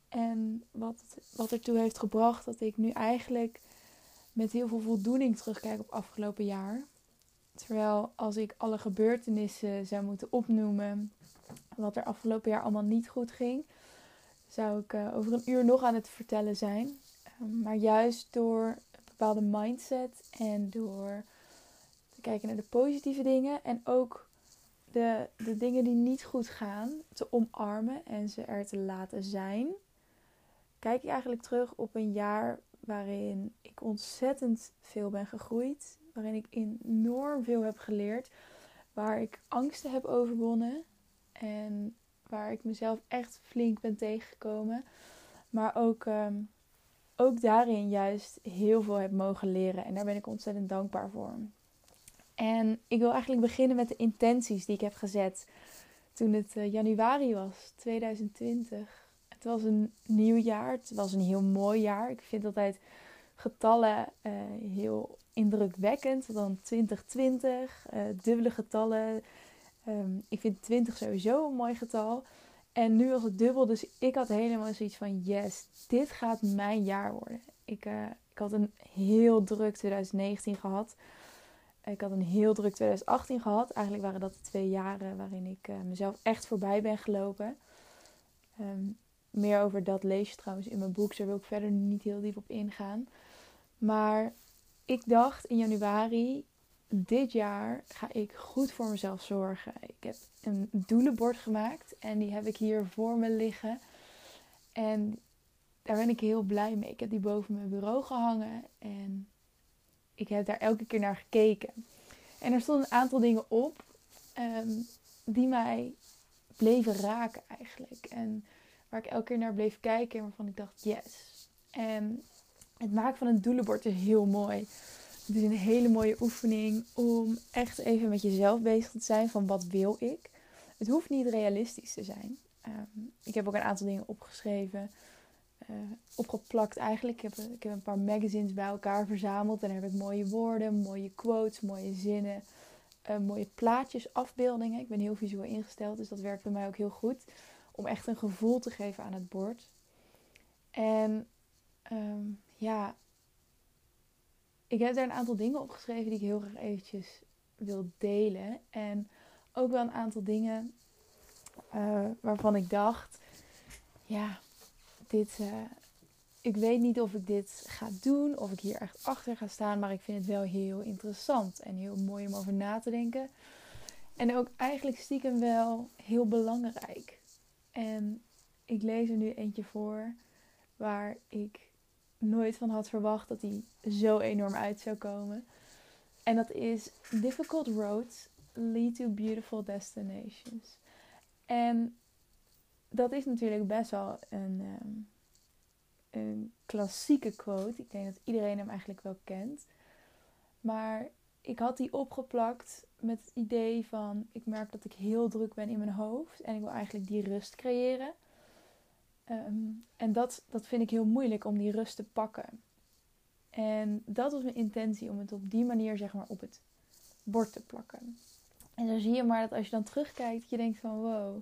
En wat ertoe heeft gebracht dat ik nu eigenlijk met heel veel voldoening terugkijk op afgelopen jaar. Terwijl als ik alle gebeurtenissen zou moeten opnoemen, wat er afgelopen jaar allemaal niet goed ging, zou ik over een uur nog aan het vertellen zijn. Maar juist door een bepaalde mindset en door te kijken naar de positieve dingen en ook de dingen die niet goed gaan te omarmen en ze er te laten zijn, kijk ik eigenlijk terug op een jaar waarin ik ontzettend veel ben gegroeid. Waarin ik enorm veel heb geleerd. Waar ik angsten heb overwonnen. En waar ik mezelf echt flink ben tegengekomen. Maar ook daarin juist heel veel heb mogen leren. En daar ben ik ontzettend dankbaar voor. En ik wil eigenlijk beginnen met de intenties die ik heb gezet toen het januari was, 2020. Het was een nieuw jaar. Het was een heel mooi jaar. Ik vind altijd getallen heel indrukwekkend. Dan 2020, dubbele getallen. Ik vind 20 sowieso een mooi getal. En nu was het dubbel. Dus ik had helemaal zoiets van yes, dit gaat mijn jaar worden. Ik had een heel druk 2019 gehad. Ik had een heel druk 2018 gehad. Eigenlijk waren dat de 2 jaren waarin ik mezelf echt voorbij ben gelopen. Meer over dat lees je trouwens in mijn boek. Daar wil ik verder niet heel diep op ingaan. Maar ik dacht in januari, dit jaar ga ik goed voor mezelf zorgen. Ik heb een doelenbord gemaakt en die heb ik hier voor me liggen. En daar ben ik heel blij mee. Ik heb die boven mijn bureau gehangen en ik heb daar elke keer naar gekeken. En er stonden een aantal dingen op die mij bleven raken eigenlijk. En waar ik elke keer naar bleef kijken en waarvan ik dacht yes. En het maken van een doelenbord is heel mooi. Het is een hele mooie oefening om echt even met jezelf bezig te zijn van wat wil ik. Het hoeft niet realistisch te zijn. Ik heb ook een aantal dingen opgeschreven, opgeplakt eigenlijk. Ik heb een paar magazines bij elkaar verzameld en daar heb ik mooie woorden, mooie quotes, mooie zinnen, mooie plaatjes, afbeeldingen. Ik ben heel visueel ingesteld, dus dat werkt bij mij ook heel goed. Om echt een gevoel te geven aan het bord. En ik heb daar een aantal dingen opgeschreven die ik heel graag eventjes wil delen. En ook wel een aantal dingen waarvan ik dacht, ik weet niet of ik dit ga doen, of ik hier echt achter ga staan, maar ik vind het wel heel interessant en heel mooi om over na te denken. En ook eigenlijk stiekem wel heel belangrijk. En ik lees er nu eentje voor waar ik nooit van had verwacht dat die zo enorm uit zou komen. En dat is Difficult roads lead to beautiful destinations. En dat is natuurlijk best wel een klassieke quote. Ik denk dat iedereen hem eigenlijk wel kent. Maar ik had die opgeplakt met het idee van, ik merk dat ik heel druk ben in mijn hoofd. En ik wil eigenlijk die rust creëren. En dat vind ik heel moeilijk om die rust te pakken. En dat was mijn intentie, om het op die manier zeg maar op het bord te plakken. En zo zie je maar dat als je dan terugkijkt, dat je denkt van wow,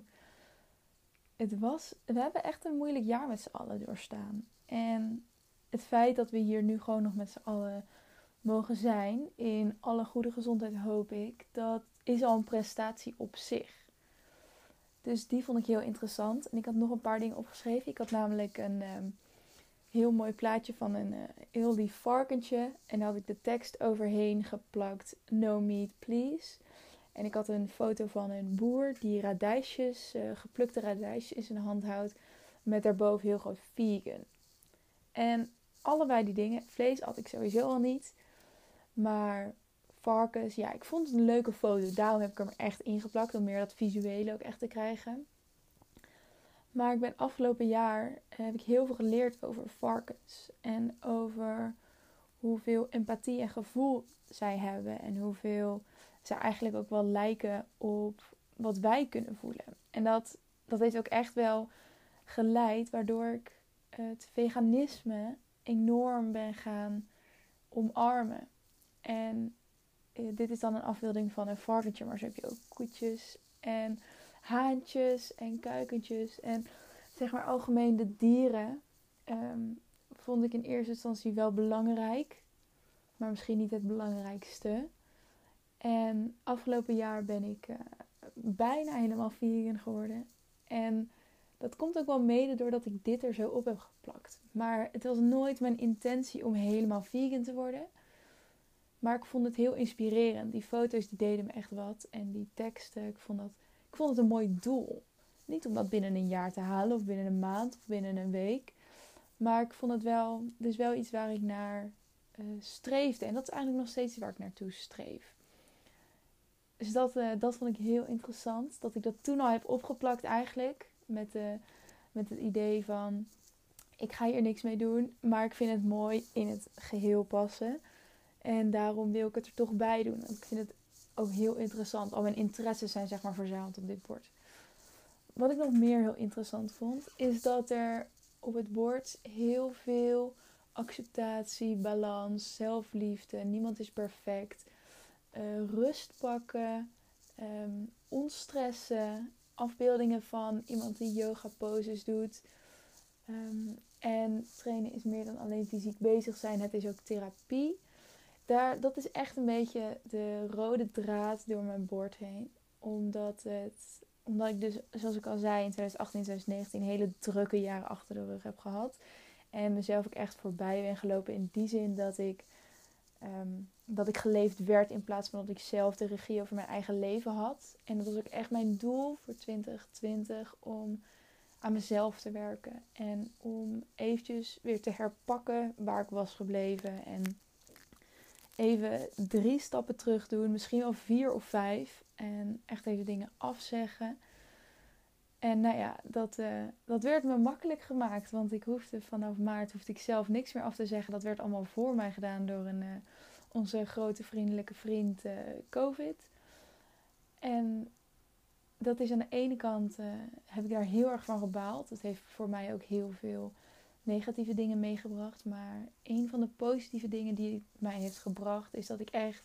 we hebben echt een moeilijk jaar met z'n allen doorstaan. En het feit dat we hier nu gewoon nog met z'n allen mogen zijn, in alle goede gezondheid hoop ik, dat is al een prestatie op zich. Dus die vond ik heel interessant. En ik had nog een paar dingen opgeschreven. Ik had namelijk een heel mooi plaatje van een heel lief varkentje. En daar had ik de tekst overheen geplakt. No meat, please. En ik had een foto van een boer die radijsjes, geplukte radijsjes in zijn hand houdt. Met daarboven heel groot vegan. En allebei die dingen. Vlees at ik sowieso al niet. Maar varkens, ik vond het een leuke foto. Daarom heb ik hem er echt ingeplakt. Om meer dat visuele ook echt te krijgen. Maar ik ben afgelopen jaar heb ik heel veel geleerd over varkens. En over hoeveel empathie en gevoel zij hebben. En hoeveel zij eigenlijk ook wel lijken op wat wij kunnen voelen. En dat heeft ook echt wel geleid waardoor ik het veganisme enorm ben gaan omarmen. En dit is dan een afbeelding van een varkentje. Maar zo heb je ook koetjes en haantjes en kuikentjes. En zeg maar algemeen de dieren vond ik in eerste instantie wel belangrijk. Maar misschien niet het belangrijkste. En afgelopen jaar ben ik bijna helemaal vegan geworden. En dat komt ook wel mede doordat ik dit er zo op heb geplakt. Maar het was nooit mijn intentie om helemaal vegan te worden. Maar ik vond het heel inspirerend. Die foto's die deden me echt wat. En die teksten, ik vond het een mooi doel. Niet om dat binnen een jaar te halen of binnen een maand of binnen een week. Maar ik vond het wel, dus wel iets waar ik naar streefde. En dat is eigenlijk nog steeds waar ik naartoe streef. Dus dat vond ik heel interessant. Dat ik dat toen al heb opgeplakt eigenlijk. Met het idee van, ik ga hier niks mee doen. Maar ik vind het mooi in het geheel passen. En daarom wil ik het er toch bij doen. Want ik vind het ook heel interessant. Al mijn interesses zijn zeg maar verzameld op dit bord. Wat ik nog meer heel interessant vond, is dat er op het bord heel veel acceptatie, balans, zelfliefde, niemand is perfect, rust pakken, ontstressen, afbeeldingen van iemand die yoga poses doet. En trainen is meer dan alleen fysiek bezig zijn, het is ook therapie. Dat is echt een beetje de rode draad door mijn bord heen. Omdat ik dus, zoals ik al zei, in 2018 en 2019 hele drukke jaren achter de rug heb gehad. En mezelf ook echt voorbij ben gelopen in die zin dat ik geleefd werd in plaats van dat ik zelf de regie over mijn eigen leven had. En dat was ook echt mijn doel voor 2020 om aan mezelf te werken. En om eventjes weer te herpakken waar ik was gebleven. En even 3 stappen terug doen, misschien wel 4 of 5. En echt even dingen afzeggen. En nou ja, dat werd me makkelijk gemaakt. Want vanaf maart hoefde ik zelf niks meer af te zeggen. Dat werd allemaal voor mij gedaan door onze grote vriendelijke vriend COVID. En dat is aan de ene kant, heb ik daar heel erg van gebaald. Dat heeft voor mij ook heel veel negatieve dingen meegebracht. Maar een van de positieve dingen die het mij heeft gebracht, is dat ik echt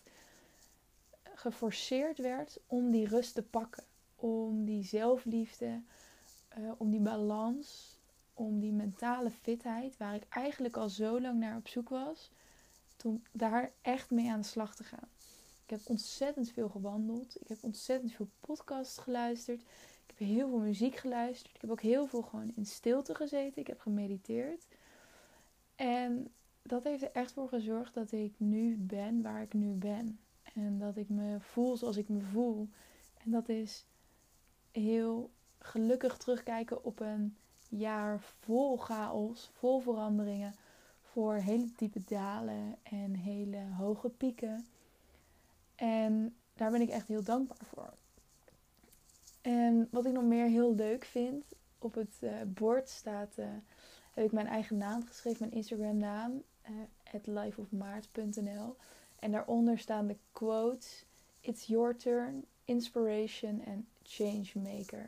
geforceerd werd om die rust te pakken. Om die zelfliefde, om die balans, om die mentale fitheid, waar ik eigenlijk al zo lang naar op zoek was, om daar echt mee aan de slag te gaan. Ik heb ontzettend veel gewandeld. Ik heb ontzettend veel podcasts geluisterd. Ik heb heel veel muziek geluisterd. Ik heb ook heel veel gewoon in stilte gezeten. Ik heb gemediteerd. En dat heeft er echt voor gezorgd dat ik nu ben waar ik nu ben. En dat ik me voel zoals ik me voel. En dat is heel gelukkig terugkijken op een jaar vol chaos, vol veranderingen. Voor hele diepe dalen en hele hoge pieken. En daar ben ik echt heel dankbaar voor. En wat ik nog meer heel leuk vind, op het bord heb ik mijn eigen naam geschreven, mijn Instagram naam, @lifeofmaart.nl. En daaronder staan de quotes: It's your turn, inspiration and changemaker.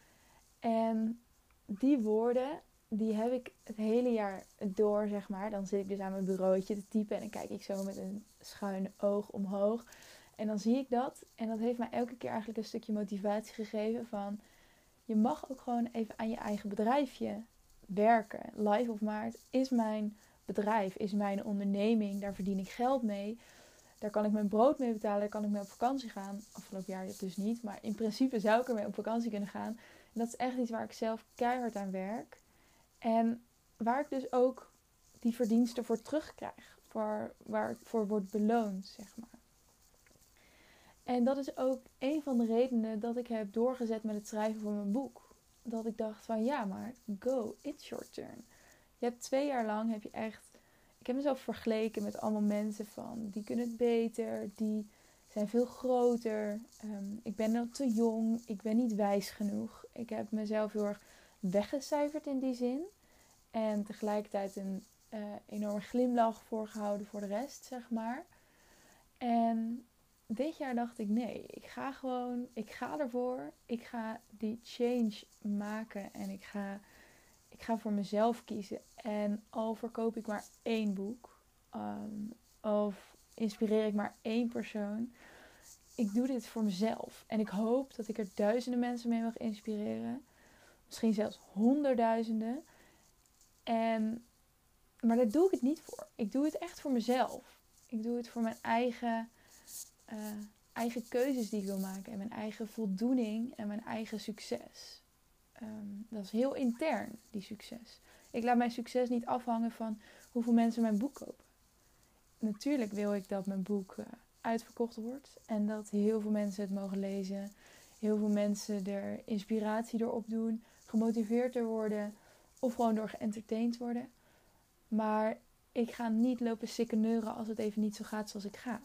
En die woorden, die heb ik het hele jaar door, zeg maar. Dan zit ik dus aan mijn bureautje te typen en dan kijk ik zo met een schuin oog omhoog. En dan zie ik dat. En dat heeft mij elke keer eigenlijk een stukje motivatie gegeven van, je mag ook gewoon even aan je eigen bedrijfje werken. Life of Maart is mijn bedrijf, is mijn onderneming. Daar verdien ik geld mee. Daar kan ik mijn brood mee betalen. Daar kan ik mee op vakantie gaan. Afgelopen jaar dus niet. Maar in principe zou ik ermee op vakantie kunnen gaan. En dat is echt iets waar ik zelf keihard aan werk. En waar ik dus ook die verdiensten voor terugkrijg. Waar ik voor word beloond, zeg maar. En dat is ook een van de redenen dat ik heb doorgezet met het schrijven van mijn boek. Dat ik dacht van, ja, maar go, it's your turn. Je hebt 2 jaar lang, heb je echt... Ik heb mezelf vergeleken met allemaal mensen van, die kunnen het beter, die zijn veel groter. Ik ben nog te jong, ik ben niet wijs genoeg. Ik heb mezelf heel erg weggecijferd in die zin. En tegelijkertijd een enorme glimlach voorgehouden voor de rest, zeg maar. En dit jaar dacht ik, nee, ik ga ervoor. Ik ga die change maken en ik ga voor mezelf kiezen. En al verkoop ik maar 1 boek, of inspireer ik maar 1 persoon, ik doe dit voor mezelf. En ik hoop dat ik er duizenden mensen mee mag inspireren. Misschien zelfs honderdduizenden. Maar daar doe ik het niet voor. Ik doe het echt voor mezelf. Ik doe het voor mijn eigen keuzes die ik wil maken. En mijn eigen voldoening en mijn eigen succes. Dat is heel intern, die succes. Ik laat mijn succes niet afhangen van hoeveel mensen mijn boek kopen. Natuurlijk wil ik dat mijn boek uitverkocht wordt. En dat heel veel mensen het mogen lezen. Heel veel mensen er inspiratie door opdoen. Gemotiveerd door worden. Of gewoon door geëntertained worden. Maar ik ga niet lopen sikkeneuren als het even niet zo gaat zoals ik ga.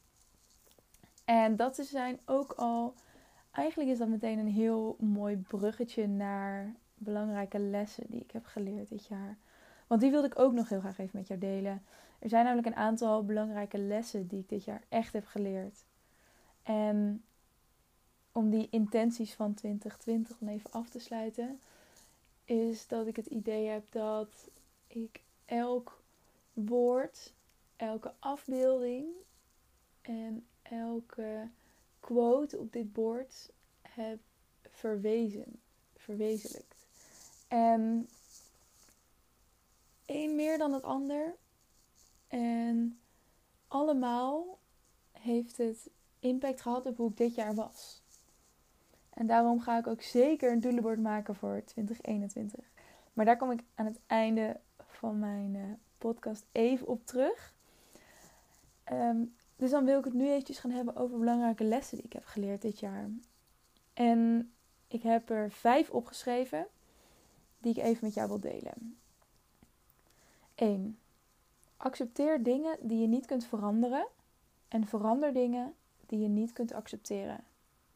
En dat zijn ook al... Eigenlijk is dat meteen een heel mooi bruggetje naar belangrijke lessen die ik heb geleerd dit jaar. Want die wilde ik ook nog heel graag even met jou delen. Er zijn namelijk een aantal belangrijke lessen die ik dit jaar echt heb geleerd. En om die intenties van 2020 dan even af te sluiten, is dat ik het idee heb dat ik elk woord, elke afbeelding en elke quote op dit bord heb verwezenlijkt. En één meer dan het ander. En allemaal heeft het impact gehad op hoe ik dit jaar was. En daarom ga ik ook zeker een doelenbord maken voor 2021. Maar daar kom ik aan het einde van mijn podcast even op terug. Dus dan wil ik het nu eventjes gaan hebben over belangrijke lessen die ik heb geleerd dit jaar. En ik heb er 5 opgeschreven die ik even met jou wil delen. 1. Accepteer dingen die je niet kunt veranderen en verander dingen die je niet kunt accepteren.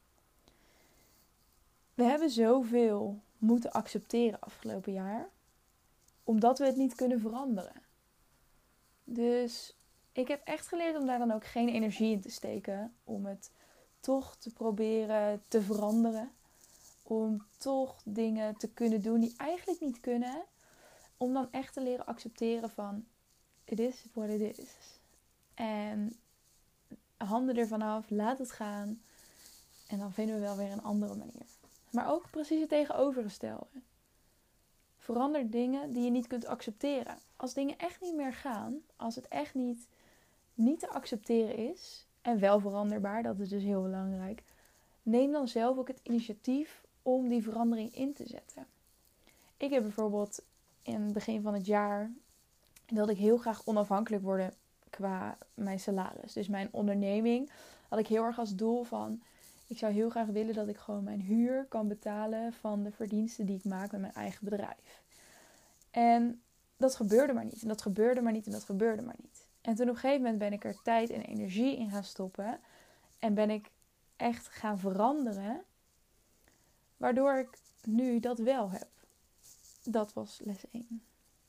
We hebben zoveel moeten accepteren afgelopen jaar, omdat we het niet kunnen veranderen. Dus ik heb echt geleerd om daar dan ook geen energie in te steken, om het toch te proberen te veranderen. Om toch dingen te kunnen doen die eigenlijk niet kunnen. Om dan echt te leren accepteren van, it is what it is. En handen ervan af, laat het gaan. En dan vinden we wel weer een andere manier. Maar ook precies het tegenovergestelde. Verander dingen die je niet kunt accepteren. Als dingen echt niet meer gaan, als het echt niet te accepteren is, en wel veranderbaar, dat is dus heel belangrijk, neem dan zelf ook het initiatief om die verandering in te zetten. Ik heb bijvoorbeeld in het begin van het jaar, wilde ik heel graag onafhankelijk worden qua mijn salaris. Dus mijn onderneming had ik heel erg als doel van, ik zou heel graag willen dat ik gewoon mijn huur kan betalen van de verdiensten die ik maak met mijn eigen bedrijf. En dat gebeurde maar niet. En dat gebeurde maar niet. En dat gebeurde maar niet. En toen op een gegeven moment ben ik er tijd en energie in gaan stoppen. En ben ik echt gaan veranderen. Waardoor ik nu dat wel heb. Dat was les 1.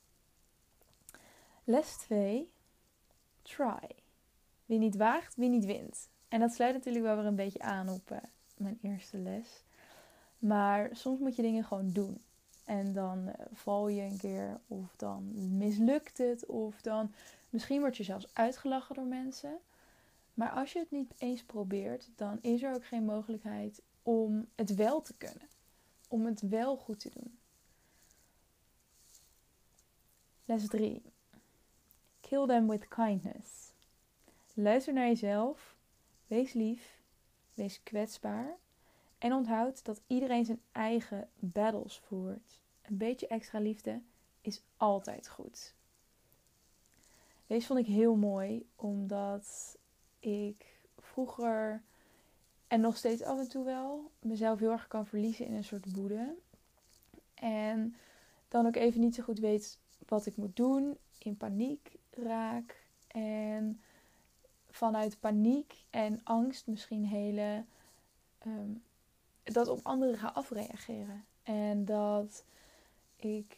Les 2. Try. Wie niet waagt, wie niet wint. En dat sluit natuurlijk wel weer een beetje aan op mijn eerste les. Maar soms moet je dingen gewoon doen. En dan val je een keer, of dan mislukt het, of dan misschien word je zelfs uitgelachen door mensen. Maar als je het niet eens probeert, dan is er ook geen mogelijkheid om het wel te kunnen. Om het wel goed te doen. Les 3. Kill them with kindness. Luister naar jezelf. Wees lief. Wees kwetsbaar. En onthoud dat iedereen zijn eigen battles voert. Een beetje extra liefde is altijd goed. Deze vond ik heel mooi, omdat ik vroeger, en nog steeds af en toe wel, mezelf heel erg kan verliezen in een soort woede. En dan ook even niet zo goed weet wat ik moet doen, in paniek raak. En vanuit paniek en angst misschien dat op anderen ga afreageren. En dat ik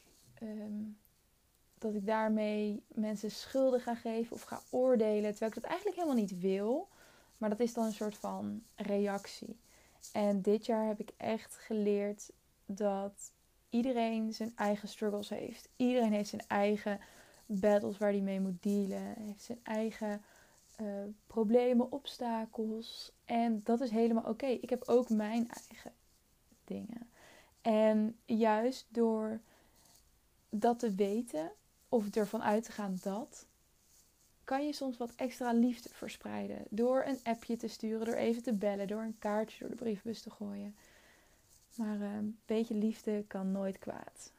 daarmee mensen schulden ga geven of ga oordelen. Terwijl ik dat eigenlijk helemaal niet wil. Maar dat is dan een soort van reactie. En dit jaar heb ik echt geleerd dat iedereen zijn eigen struggles heeft. Iedereen heeft zijn eigen battles waar hij mee moet dealen. Heeft zijn eigen problemen, obstakels. En dat is helemaal oké. Ik heb ook mijn eigen dingen. En juist door dat te weten, of ervan uit te gaan dat, kan je soms wat extra liefde verspreiden. Door een appje te sturen, door even te bellen, door een kaartje door de brievenbus te gooien. Maar een beetje liefde kan nooit kwaad.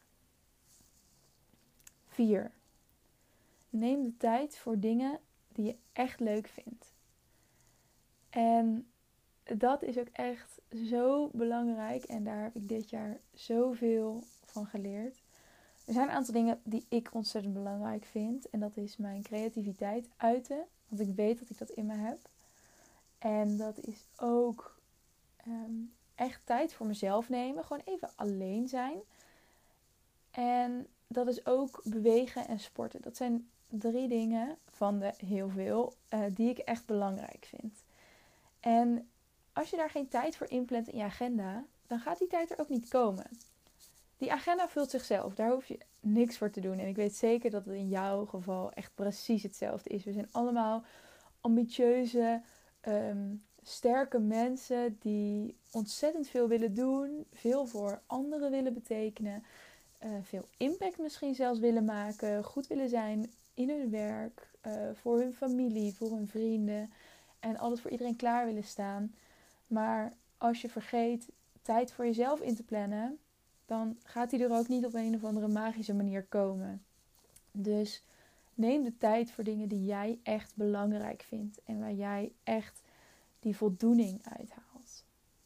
4. Neem de tijd voor dingen die je echt leuk vindt. En dat is ook echt zo belangrijk. En daar heb ik dit jaar zoveel van geleerd. Er zijn een aantal dingen die ik ontzettend belangrijk vind. En dat is mijn creativiteit uiten. Want ik weet dat ik dat in me heb. En dat is ook echt tijd voor mezelf nemen. Gewoon even alleen zijn. En dat is ook bewegen en sporten. Dat zijn 3 dingen van de heel veel die ik echt belangrijk vind. En als je daar geen tijd voor inplant in je agenda, dan gaat die tijd er ook niet komen. Die agenda vult zichzelf. Daar hoef je niks voor te doen. En ik weet zeker dat het in jouw geval echt precies hetzelfde is. We zijn allemaal ambitieuze, sterke mensen die ontzettend veel willen doen. Veel voor anderen willen betekenen. Veel impact misschien zelfs willen maken. Goed willen zijn in hun werk. Voor hun familie, voor hun vrienden. En altijd voor iedereen klaar willen staan. Maar als je vergeet tijd voor jezelf in te plannen, dan gaat die er ook niet op een of andere magische manier komen. Dus neem de tijd voor dingen die jij echt belangrijk vindt. En waar jij echt die voldoening uithaalt.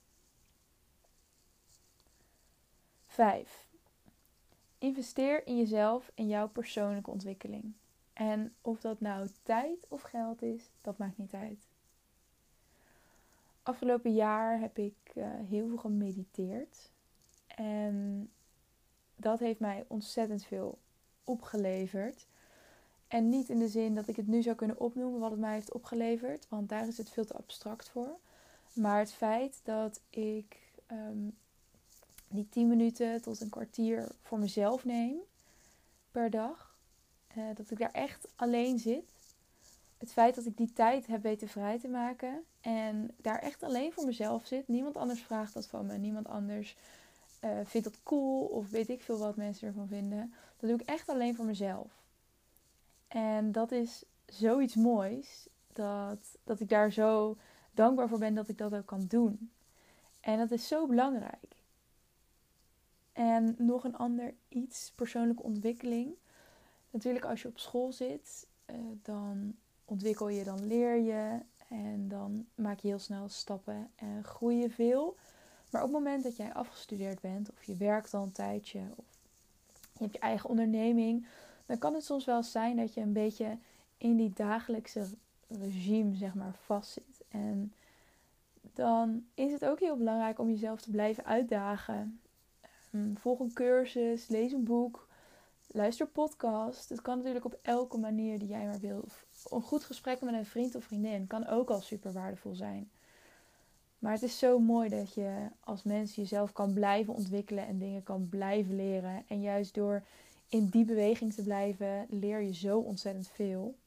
5. Investeer in jezelf en jouw persoonlijke ontwikkeling. En of dat nou tijd of geld is, dat maakt niet uit. Afgelopen jaar heb ik heel veel gemediteerd. En dat heeft mij ontzettend veel opgeleverd. En niet in de zin dat ik het nu zou kunnen opnoemen wat het mij heeft opgeleverd. Want daar is het veel te abstract voor. Maar het feit dat ik die 10 minuten tot een kwartier voor mezelf neem per dag. Dat ik daar echt alleen zit. Het feit dat ik die tijd heb weten vrij te maken. En daar echt alleen voor mezelf zit. Niemand anders vraagt dat van me. Niemand anders vindt dat cool. Of weet ik veel wat mensen ervan vinden. Dat doe ik echt alleen voor mezelf. En dat is zoiets moois. Dat ik daar zo dankbaar voor ben dat ik dat ook kan doen. En dat is zo belangrijk. En nog een ander iets, persoonlijke ontwikkeling. Natuurlijk als je op school zit, dan ontwikkel je, dan leer je. En dan maak je heel snel stappen en groei je veel. Maar op het moment dat jij afgestudeerd bent, of je werkt al een tijdje, of je hebt je eigen onderneming, dan kan het soms wel zijn dat je een beetje in die dagelijkse regime, zeg maar, vastzit. En dan is het ook heel belangrijk om jezelf te blijven uitdagen. Volg een cursus, lees een boek, luister podcast. Het kan natuurlijk op elke manier die jij maar wil. Een goed gesprek met een vriend of vriendin kan ook al super waardevol zijn. Maar het is zo mooi dat je als mens jezelf kan blijven ontwikkelen en dingen kan blijven leren. En juist door in die beweging te blijven, leer je zo ontzettend veel.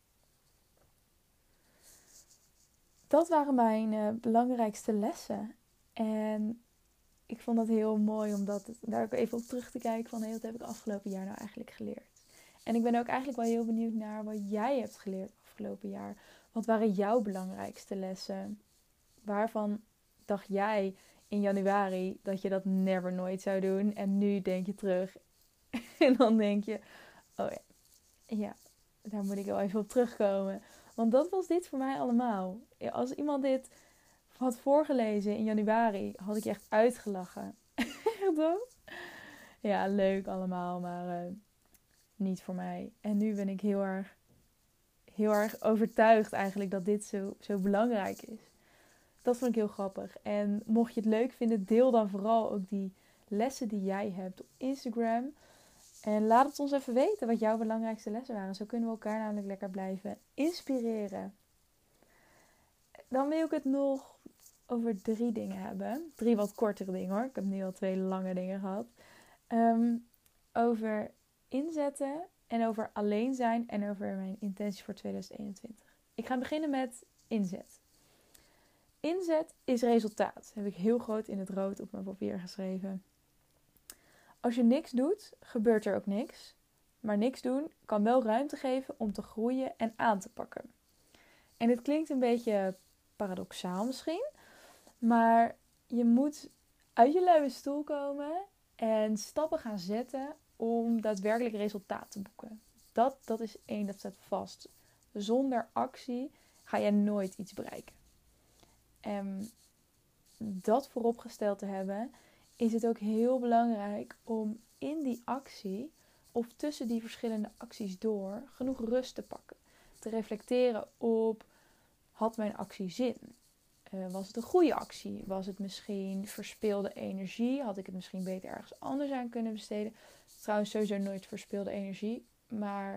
Dat waren mijn belangrijkste lessen. En ik vond dat heel mooi om daar ook even op terug te kijken van wat heb ik afgelopen jaar nou eigenlijk geleerd. En ik ben ook eigenlijk wel heel benieuwd naar wat jij hebt geleerd afgelopen jaar. Wat waren jouw belangrijkste lessen? Waarvan dacht jij in januari dat je dat never nooit zou doen? En nu denk je terug en dan denk je, oh ja, daar moet ik wel even op terugkomen. Want dat was dit voor mij allemaal. Als iemand dit had voorgelezen in januari, had ik je echt uitgelachen. Toch? Ja, leuk allemaal, maar niet voor mij. En nu ben ik heel erg overtuigd eigenlijk dat dit zo belangrijk is. Dat vond ik heel grappig. En mocht je het leuk vinden, deel dan vooral ook die lessen die jij hebt op Instagram. En laat het ons even weten wat jouw belangrijkste lessen waren. Zo kunnen we elkaar namelijk lekker blijven inspireren. Dan wil ik het nog over 3 dingen hebben. 3 wat kortere dingen hoor. Ik heb nu al 2 lange dingen gehad. Over inzetten en over alleen zijn en over mijn intenties voor 2021. Ik ga beginnen met inzet. Inzet is resultaat. Dat heb ik heel groot in het rood op mijn papier geschreven. Als je niks doet, gebeurt er ook niks. Maar niks doen kan wel ruimte geven om te groeien en aan te pakken. En dit klinkt een beetje paradoxaal misschien. Maar je moet uit je luie stoel komen en stappen gaan zetten om daadwerkelijk resultaat te boeken. Dat is één, dat staat vast. Zonder actie ga je nooit iets bereiken. En dat vooropgesteld te hebben, is het ook heel belangrijk om in die actie of tussen die verschillende acties door genoeg rust te pakken. Te reflecteren op, had mijn actie zin? Was het een goede actie? Was het misschien verspilde energie? Had ik het misschien beter ergens anders aan kunnen besteden? Trouwens sowieso nooit verspilde energie. Maar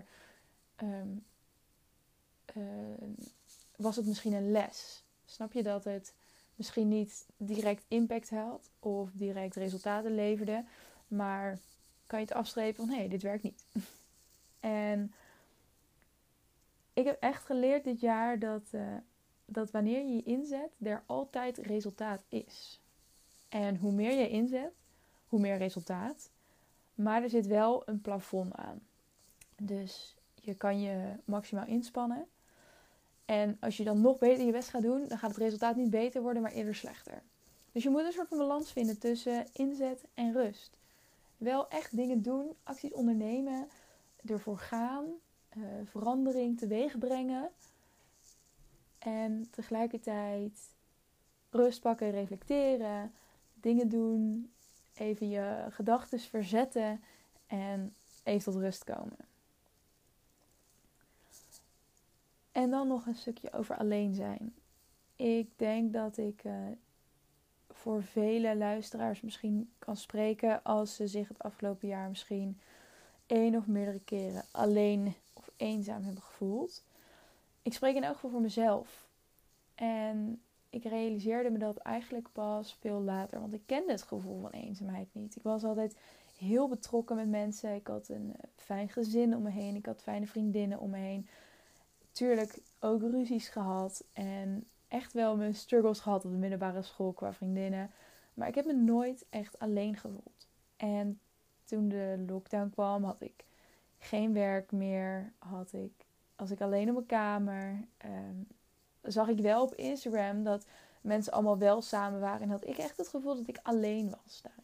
was het misschien een les? Snap je dat het misschien niet direct impact had of direct resultaten leverde, maar kan je het afstrepen van dit werkt niet. En ik heb echt geleerd dit jaar dat wanneer je je inzet, er altijd resultaat is. En hoe meer je inzet, hoe meer resultaat. Maar er zit wel een plafond aan. Dus je kan je maximaal inspannen. En als je dan nog beter je best gaat doen, dan gaat het resultaat niet beter worden, maar eerder slechter. Dus je moet een soort van balans vinden tussen inzet en rust. Wel echt dingen doen, acties ondernemen, ervoor gaan, verandering teweeg brengen. En tegelijkertijd rust pakken, reflecteren, dingen doen, even je gedachten verzetten en even tot rust komen. En dan nog een stukje over alleen zijn. Ik denk dat ik voor vele luisteraars misschien kan spreken als ze zich het afgelopen jaar misschien 1 of meerdere keren alleen of eenzaam hebben gevoeld. Ik spreek in elk geval voor mezelf. En ik realiseerde me dat eigenlijk pas veel later. Want ik kende het gevoel van eenzaamheid niet. Ik was altijd heel betrokken met mensen. Ik had een fijn gezin om me heen. Ik had fijne vriendinnen om me heen. Tuurlijk ook ruzies gehad. En echt wel mijn struggles gehad op de middelbare school qua vriendinnen. Maar ik heb me nooit echt alleen gevoeld. En toen de lockdown kwam, had ik geen werk meer. Was ik alleen op mijn kamer. Zag ik wel op Instagram dat mensen allemaal wel samen waren. En had ik echt het gevoel dat ik alleen was daarin.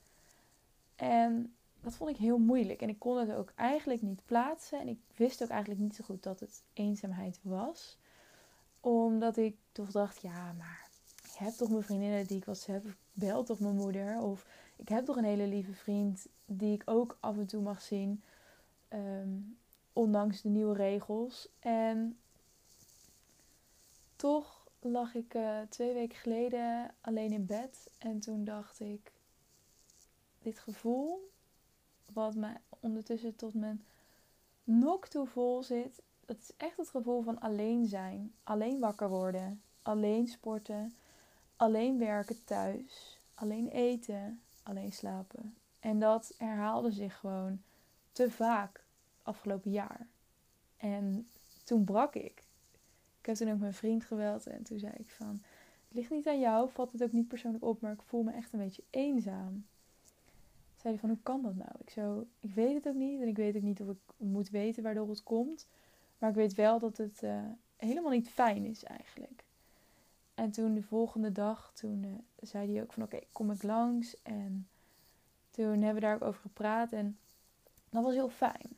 En dat vond ik heel moeilijk. En ik kon het ook eigenlijk niet plaatsen. En ik wist ook eigenlijk niet zo goed dat het eenzaamheid was. Omdat ik toch dacht, ja, maar ik heb toch mijn vriendinnen die ik WhatsApp. Of ik bel toch mijn moeder. Of ik heb toch een hele lieve vriend die ik ook af en toe mag zien. Ondanks de nieuwe regels. En toch lag ik 2 weken geleden alleen in bed. En toen dacht ik, dit gevoel, wat mij ondertussen tot mijn nok toe vol zit. Het is echt het gevoel van alleen zijn. Alleen wakker worden. Alleen sporten. Alleen werken thuis. Alleen eten. Alleen slapen. En dat herhaalde zich gewoon te vaak afgelopen jaar. En toen brak ik. Ik heb toen ook mijn vriend gebeld en toen zei ik van, het ligt niet aan jou, vat het ook niet persoonlijk op, maar ik voel me echt een beetje eenzaam. Zei hij van, hoe kan dat nou? Ik weet het ook niet en ik weet ook niet of ik moet weten waardoor het komt. Maar ik weet wel dat het helemaal niet fijn is eigenlijk. En toen de volgende dag, zei hij ook van, oké, kom ik langs. En toen hebben we daar ook over gepraat en dat was heel fijn.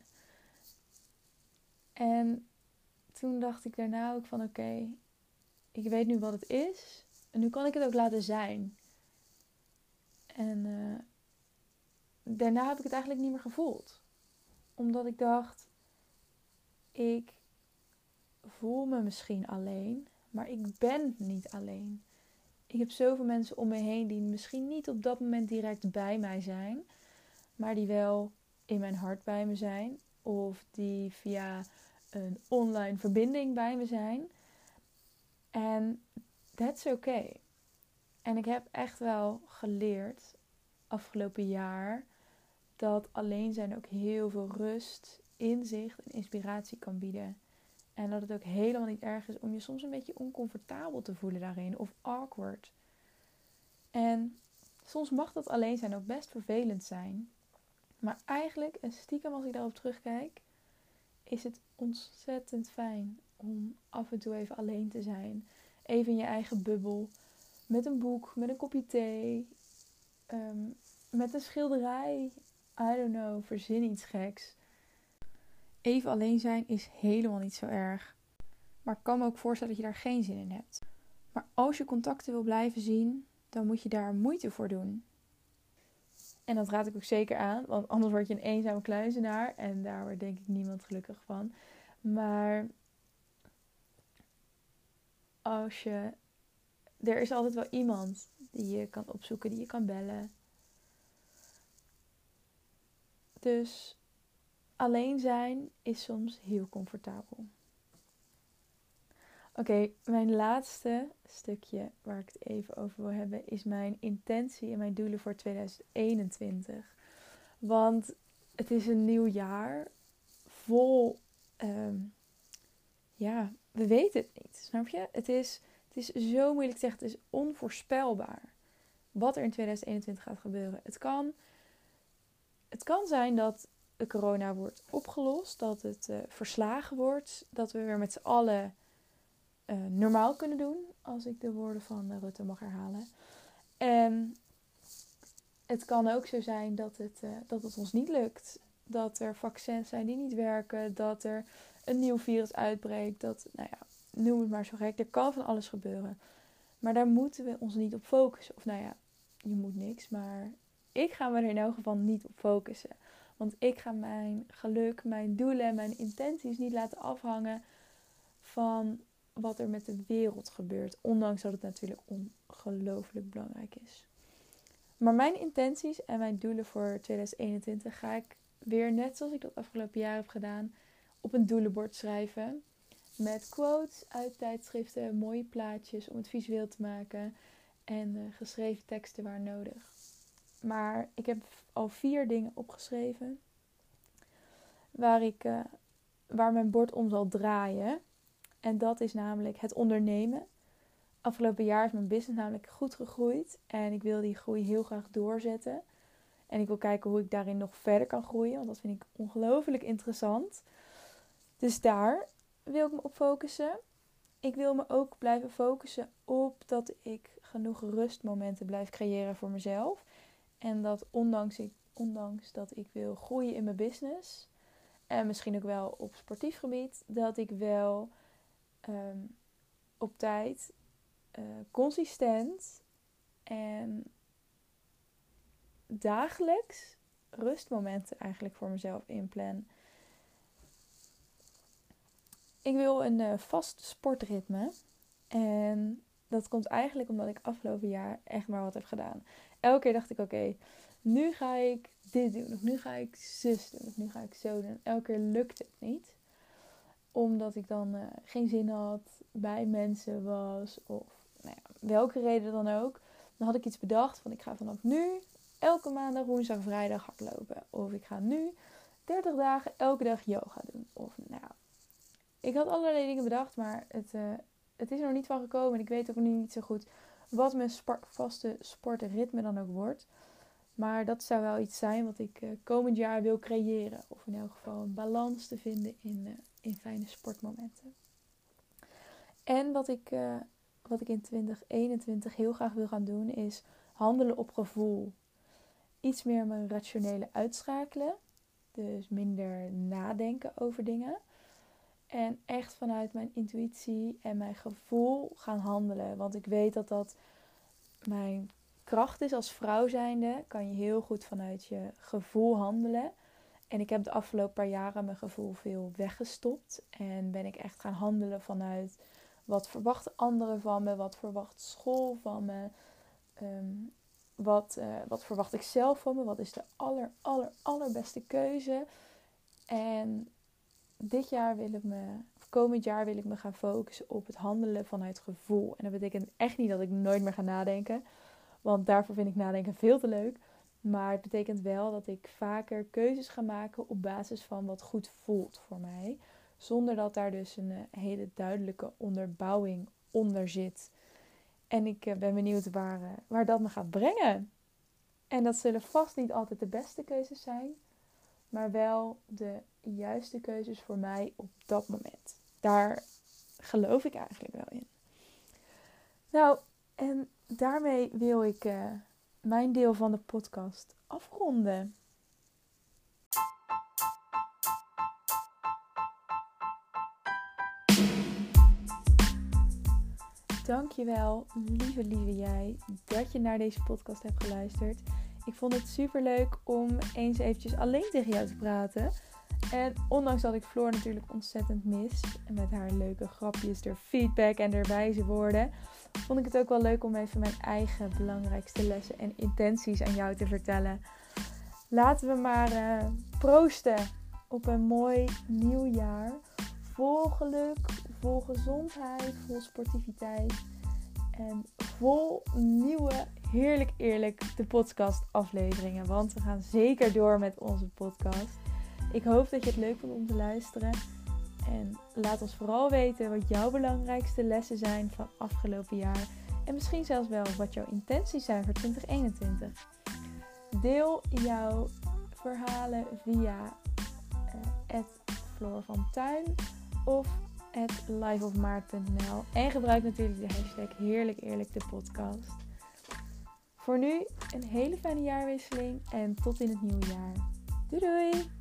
En toen dacht ik daarna ook van, oké, ik weet nu wat het is. En nu kan ik het ook laten zijn. En daarna heb ik het eigenlijk niet meer gevoeld. Omdat ik dacht, ik voel me misschien alleen, maar ik ben niet alleen. Ik heb zoveel mensen om me heen die misschien niet op dat moment direct bij mij zijn, maar die wel in mijn hart bij me zijn. Of die via een online verbinding bij me zijn. En that's okay. En ik heb echt wel geleerd afgelopen jaar dat alleen zijn ook heel veel rust, inzicht en inspiratie kan bieden. En dat het ook helemaal niet erg is om je soms een beetje oncomfortabel te voelen daarin of awkward. En soms mag dat alleen zijn ook best vervelend zijn. Maar eigenlijk, en stiekem als ik daarop terugkijk, is het ontzettend fijn om af en toe even alleen te zijn. Even in je eigen bubbel. Met een boek, met een kopje thee, met een schilderij. I don't know, verzin iets geks. Even alleen zijn is helemaal niet zo erg. Maar ik kan me ook voorstellen dat je daar geen zin in hebt. Maar als je contacten wil blijven zien, dan moet je daar moeite voor doen. En dat raad ik ook zeker aan, want anders word je een eenzame kluizenaar. En daar wordt denk ik niemand gelukkig van. Maar er is altijd wel iemand die je kan opzoeken, die je kan bellen. Dus alleen zijn is soms heel comfortabel. Oké, mijn laatste stukje waar ik het even over wil hebben is mijn intentie en mijn doelen voor 2021. Want het is een nieuw jaar vol, we weten het niet, snap je? Het is zo moeilijk te zeggen, het is onvoorspelbaar wat er in 2021 gaat gebeuren. Het kan zijn dat de corona wordt opgelost, dat het verslagen wordt, dat we weer met z'n allen normaal kunnen doen, als ik de woorden van Rutte mag herhalen. En het kan ook zo zijn dat het ons niet lukt. Dat er vaccins zijn die niet werken, dat er een nieuw virus uitbreekt, noem het maar zo gek. Er kan van alles gebeuren. Maar daar moeten we ons niet op focussen. Of je moet niks, maar ik ga me er in elk geval niet op focussen. Want ik ga mijn geluk, mijn doelen, mijn intenties niet laten afhangen van wat er met de wereld gebeurt. Ondanks dat het natuurlijk ongelooflijk belangrijk is. Maar mijn intenties en mijn doelen voor 2021 ga ik weer, net zoals ik dat afgelopen jaar heb gedaan, op een doelenbord schrijven. Met quotes uit tijdschriften, mooie plaatjes om het visueel te maken en geschreven teksten waar nodig. Maar ik heb al 4 dingen opgeschreven waar mijn bord om zal draaien. En dat is namelijk het ondernemen. Afgelopen jaar is mijn business namelijk goed gegroeid. En ik wil die groei heel graag doorzetten. En ik wil kijken hoe ik daarin nog verder kan groeien. Want dat vind ik ongelooflijk interessant. Dus daar wil ik me op focussen. Ik wil me ook blijven focussen op dat ik genoeg rustmomenten blijf creëren voor mezelf. En dat ondanks dat ik wil groeien in mijn business. En misschien ook wel op sportief gebied. Dat ik wel op tijd, consistent en dagelijks rustmomenten eigenlijk voor mezelf inplan. Ik wil een vast sportritme. En dat komt eigenlijk omdat ik afgelopen jaar echt maar wat heb gedaan. Elke keer dacht ik, oké, nu ga ik dit doen. Of nu ga ik zus doen. Of nu ga ik zo doen. Elke keer lukt het niet. Omdat ik dan geen zin had, bij mensen was. Of welke reden dan ook. Dan had ik iets bedacht van ik ga vanaf nu elke maandag, woensdag, vrijdag hardlopen. Of ik ga nu 30 dagen elke dag yoga doen. Of ik had allerlei dingen bedacht, maar het is er nog niet van gekomen. En ik weet ook nu niet zo goed wat mijn vaste sportritme dan ook wordt. Maar dat zou wel iets zijn wat ik komend jaar wil creëren. Of in elk geval een balans te vinden in fijne sportmomenten. En wat ik in 2021 heel graag wil gaan doen is handelen op gevoel. Iets meer mijn rationele uitschakelen. Dus minder nadenken over dingen. En echt vanuit mijn intuïtie en mijn gevoel gaan handelen. Want ik weet dat dat mijn kracht is als vrouw zijnde. Kan je heel goed vanuit je gevoel handelen. En ik heb de afgelopen paar jaren mijn gevoel veel weggestopt. En ben ik echt gaan handelen vanuit wat verwachten anderen van me. Wat verwacht school van me. Wat verwacht ik zelf van me. Wat is de allerbeste keuze. En komend jaar wil ik me gaan focussen op het handelen vanuit gevoel. En dat betekent echt niet dat ik nooit meer ga nadenken. Want daarvoor vind ik nadenken veel te leuk. Maar het betekent wel dat ik vaker keuzes ga maken op basis van wat goed voelt voor mij. Zonder dat daar dus een hele duidelijke onderbouwing onder zit. En ik ben benieuwd waar dat me gaat brengen. En dat zullen vast niet altijd de beste keuzes zijn. maar wel de juiste keuzes voor mij op dat moment. Daar geloof ik eigenlijk wel in. Nou, en daarmee wil ik mijn deel van de podcast afronden. Dankjewel, lieve jij, dat je naar deze podcast hebt geluisterd. Ik vond het super leuk om eens eventjes alleen tegen jou te praten. En ondanks dat ik Floor natuurlijk ontzettend mis, met haar leuke grapjes, haar feedback en haar wijze woorden, vond ik het ook wel leuk om even mijn eigen belangrijkste lessen en intenties aan jou te vertellen. Laten we maar proosten op een mooi nieuw jaar. Vol geluk, vol gezondheid, vol sportiviteit en vol nieuwe, heerlijk eerlijk de podcast afleveringen. Want we gaan zeker door met onze podcast. Ik hoop dat je het leuk vond om te luisteren. En laat ons vooral weten wat jouw belangrijkste lessen zijn van afgelopen jaar. En misschien zelfs wel wat jouw intenties zijn voor 2021. Deel jouw verhalen via @floorvantuin of @lifeofmaart.nl. En gebruik natuurlijk de hashtag heerlijk eerlijk de podcast. Voor nu een hele fijne jaarwisseling en tot in het nieuwe jaar. Doei doei!